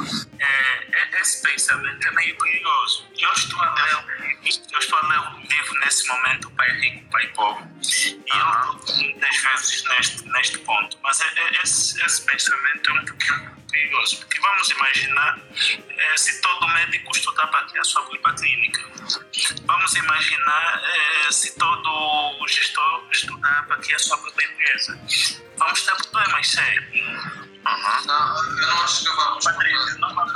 é, esse pensamento é meio perigoso. Eu estou a ler, eu estou a ler um livro nesse momento, Pai Rico, Pai Pobre, e eu muitas vezes neste, neste ponto, mas é, é, esse, esse pensamento é um pouquinho perigoso, porque vamos imaginar é, se todo médico estudar para ter a sua própria clínica, vamos imaginar é, se todo gestor estudar para ter a sua própria empresa, vamos ter problemas sérios. Uhum. Não, eu não acho que vamos. Patrícia, não vamos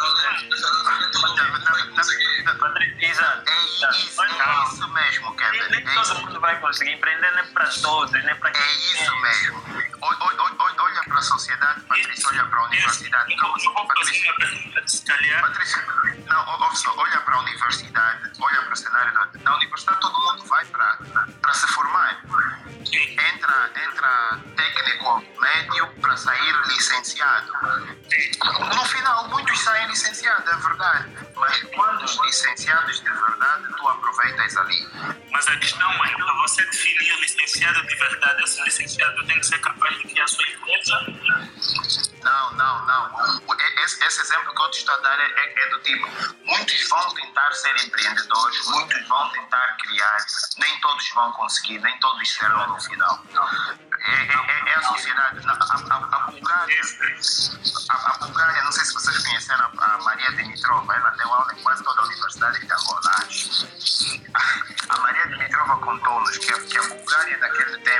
Exato. É isso, é isso mesmo, Kevin. Nem, nem É todo isso. mundo vai conseguir empreender, nem para todos, nem para quem É isso mesmo. Olha, olha, olha, olha para a sociedade, Patrícia, olha para a universidade. Eu vou fazer Patrícia, uma pergunta, se calhar. Patrícia, não, ó, ó, só, olha para a universidade, olha para o cenário da, na universidade, todo mundo vai para, para se formar. Sim. Entra, entra técnico médio para sair licenciado. No final, muitos saem licenciados, é verdade. Mas quantos licenciados de verdade tu aproveitas ali? Mas a questão é, para você definir o licenciado de verdade, esse licenciado tem que ser capaz de criar a sua empresa? Não, não, não. Esse, esse exemplo que eu te estou a dar é, é, é do tipo, muitos vão tentar ser empreendedores, muitos vão tentar criar, nem todos vão conseguir, nem todos serão no final. É, é, é a sociedade. A, a, a Bulgária, a, a Bulgária, não sei se vocês conheceram a, a Maria Dimitrova, ela deu aula em quase toda a universidade de Angola. A Maria Dimitrova contou-nos que, que a Bulgária naquele tempo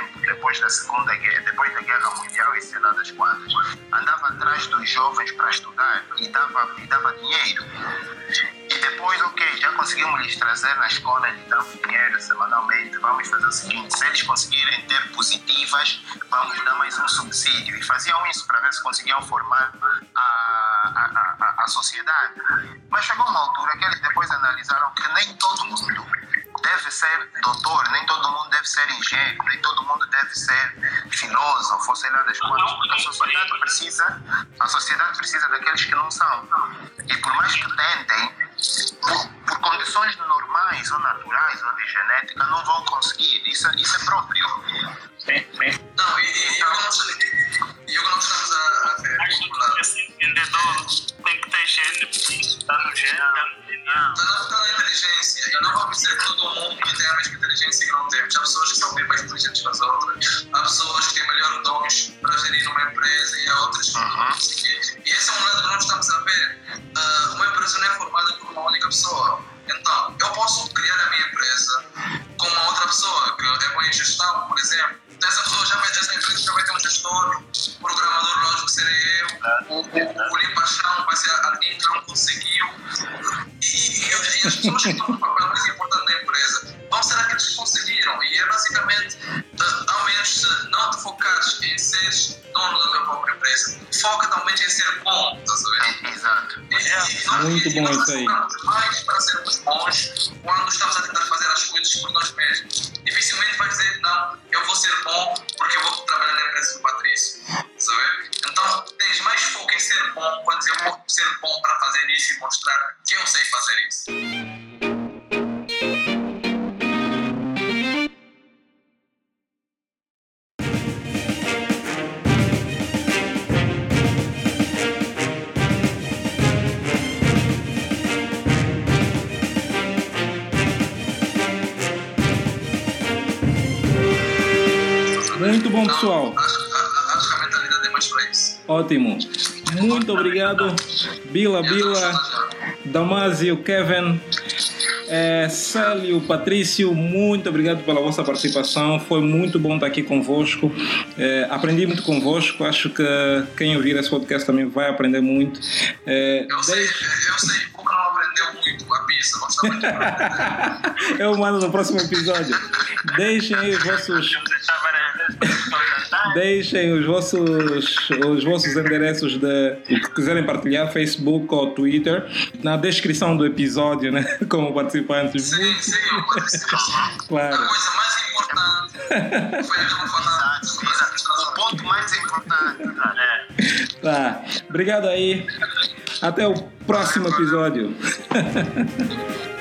dava, lhe dava dinheiro. E depois, ok, já conseguimos lhes trazer na escola, lhes damos dinheiro semanalmente, vamos fazer o seguinte, se eles conseguirem ter positivas, vamos dar mais um subsídio. E faziam isso para ver se conseguiam formar a, a, a, a sociedade. Mas chegou uma altura que eles depois analisaram que nem todo mundo deve ser doutor, nem todo mundo deve ser engenheiro, nem todo mundo deve ser filósofo, sei lá das coisas, porque a sociedade precisa, a sociedade precisa daqueles que não são. E por mais que tentem, por, por condições normais ou naturais ou de genética, não vão conseguir. Isso, isso é próprio. Sim, sim. Não, e, e, e o que nós, e o que nós estamos a, a ver... Acho que esse empreendedor tem que ter gênio, porque isso está no gênio, está no D N A. Está na inteligência, e não vamos dizer que todo mundo tem a mesma inteligência que não temos. Há pessoas que são bem mais inteligentes que as outras, há pessoas que têm melhor dons para gerir uma empresa e há outras que não conseguem. E esse é um lado que nós estamos a ver. Uh, uma empresa não é formada por uma única pessoa. Então, eu posso criar a minha empresa com uma outra pessoa que é boa em gestão, por exemplo. Essa pessoa já vai ter essa empresa, já vai ter um gestor, o programador lógico serei eu, o, o, o limpa-chão vai ser alguém que não conseguiu. E, e, e as pessoas que estão no papel mais importante da empresa vão ser aqueles que conseguiram. E é basicamente, uh, ao menos, não te focares em seres dono da tua própria empresa, foca também em ser bom, estás a ver? Exato. E, e nós, Muito e bom nós isso aí. focamos mais para sermos bons quando estamos a tentar fazer as coisas por nós mesmos. Dificilmente vais dizer, não, eu vou ser bom porque eu vou trabalhar na empresa do Patrício, sabe? Então tens mais foco em ser bom quando eu vou ser bom para fazer isso e mostrar que eu sei fazer isso. Muito bom, pessoal. Acho, acho que a mentalidade é mais para isso. Ótimo. Muito obrigado, Bila, Bila, Damásio, Kevin, é, Célio, Patrício, muito obrigado pela vossa participação. Foi muito bom estar aqui convosco. É, aprendi muito convosco. Acho que quem ouvir esse podcast também vai aprender muito. É, Eu sei, deixe... eu sei, o Cuca não aprendeu muito a pizza, vamos estar muito aprender. Eu mando no próximo episódio. Deixem aí os vossos. Deixem os vossos, os vossos endereços de o que quiserem partilhar, Facebook ou Twitter, na descrição do episódio, né? Como participantes. Sim, sim, eu vou dizer. Claro. A coisa mais importante foi aquilo falado. O ponto mais importante. É. Tá. Obrigado aí. Até o próximo episódio.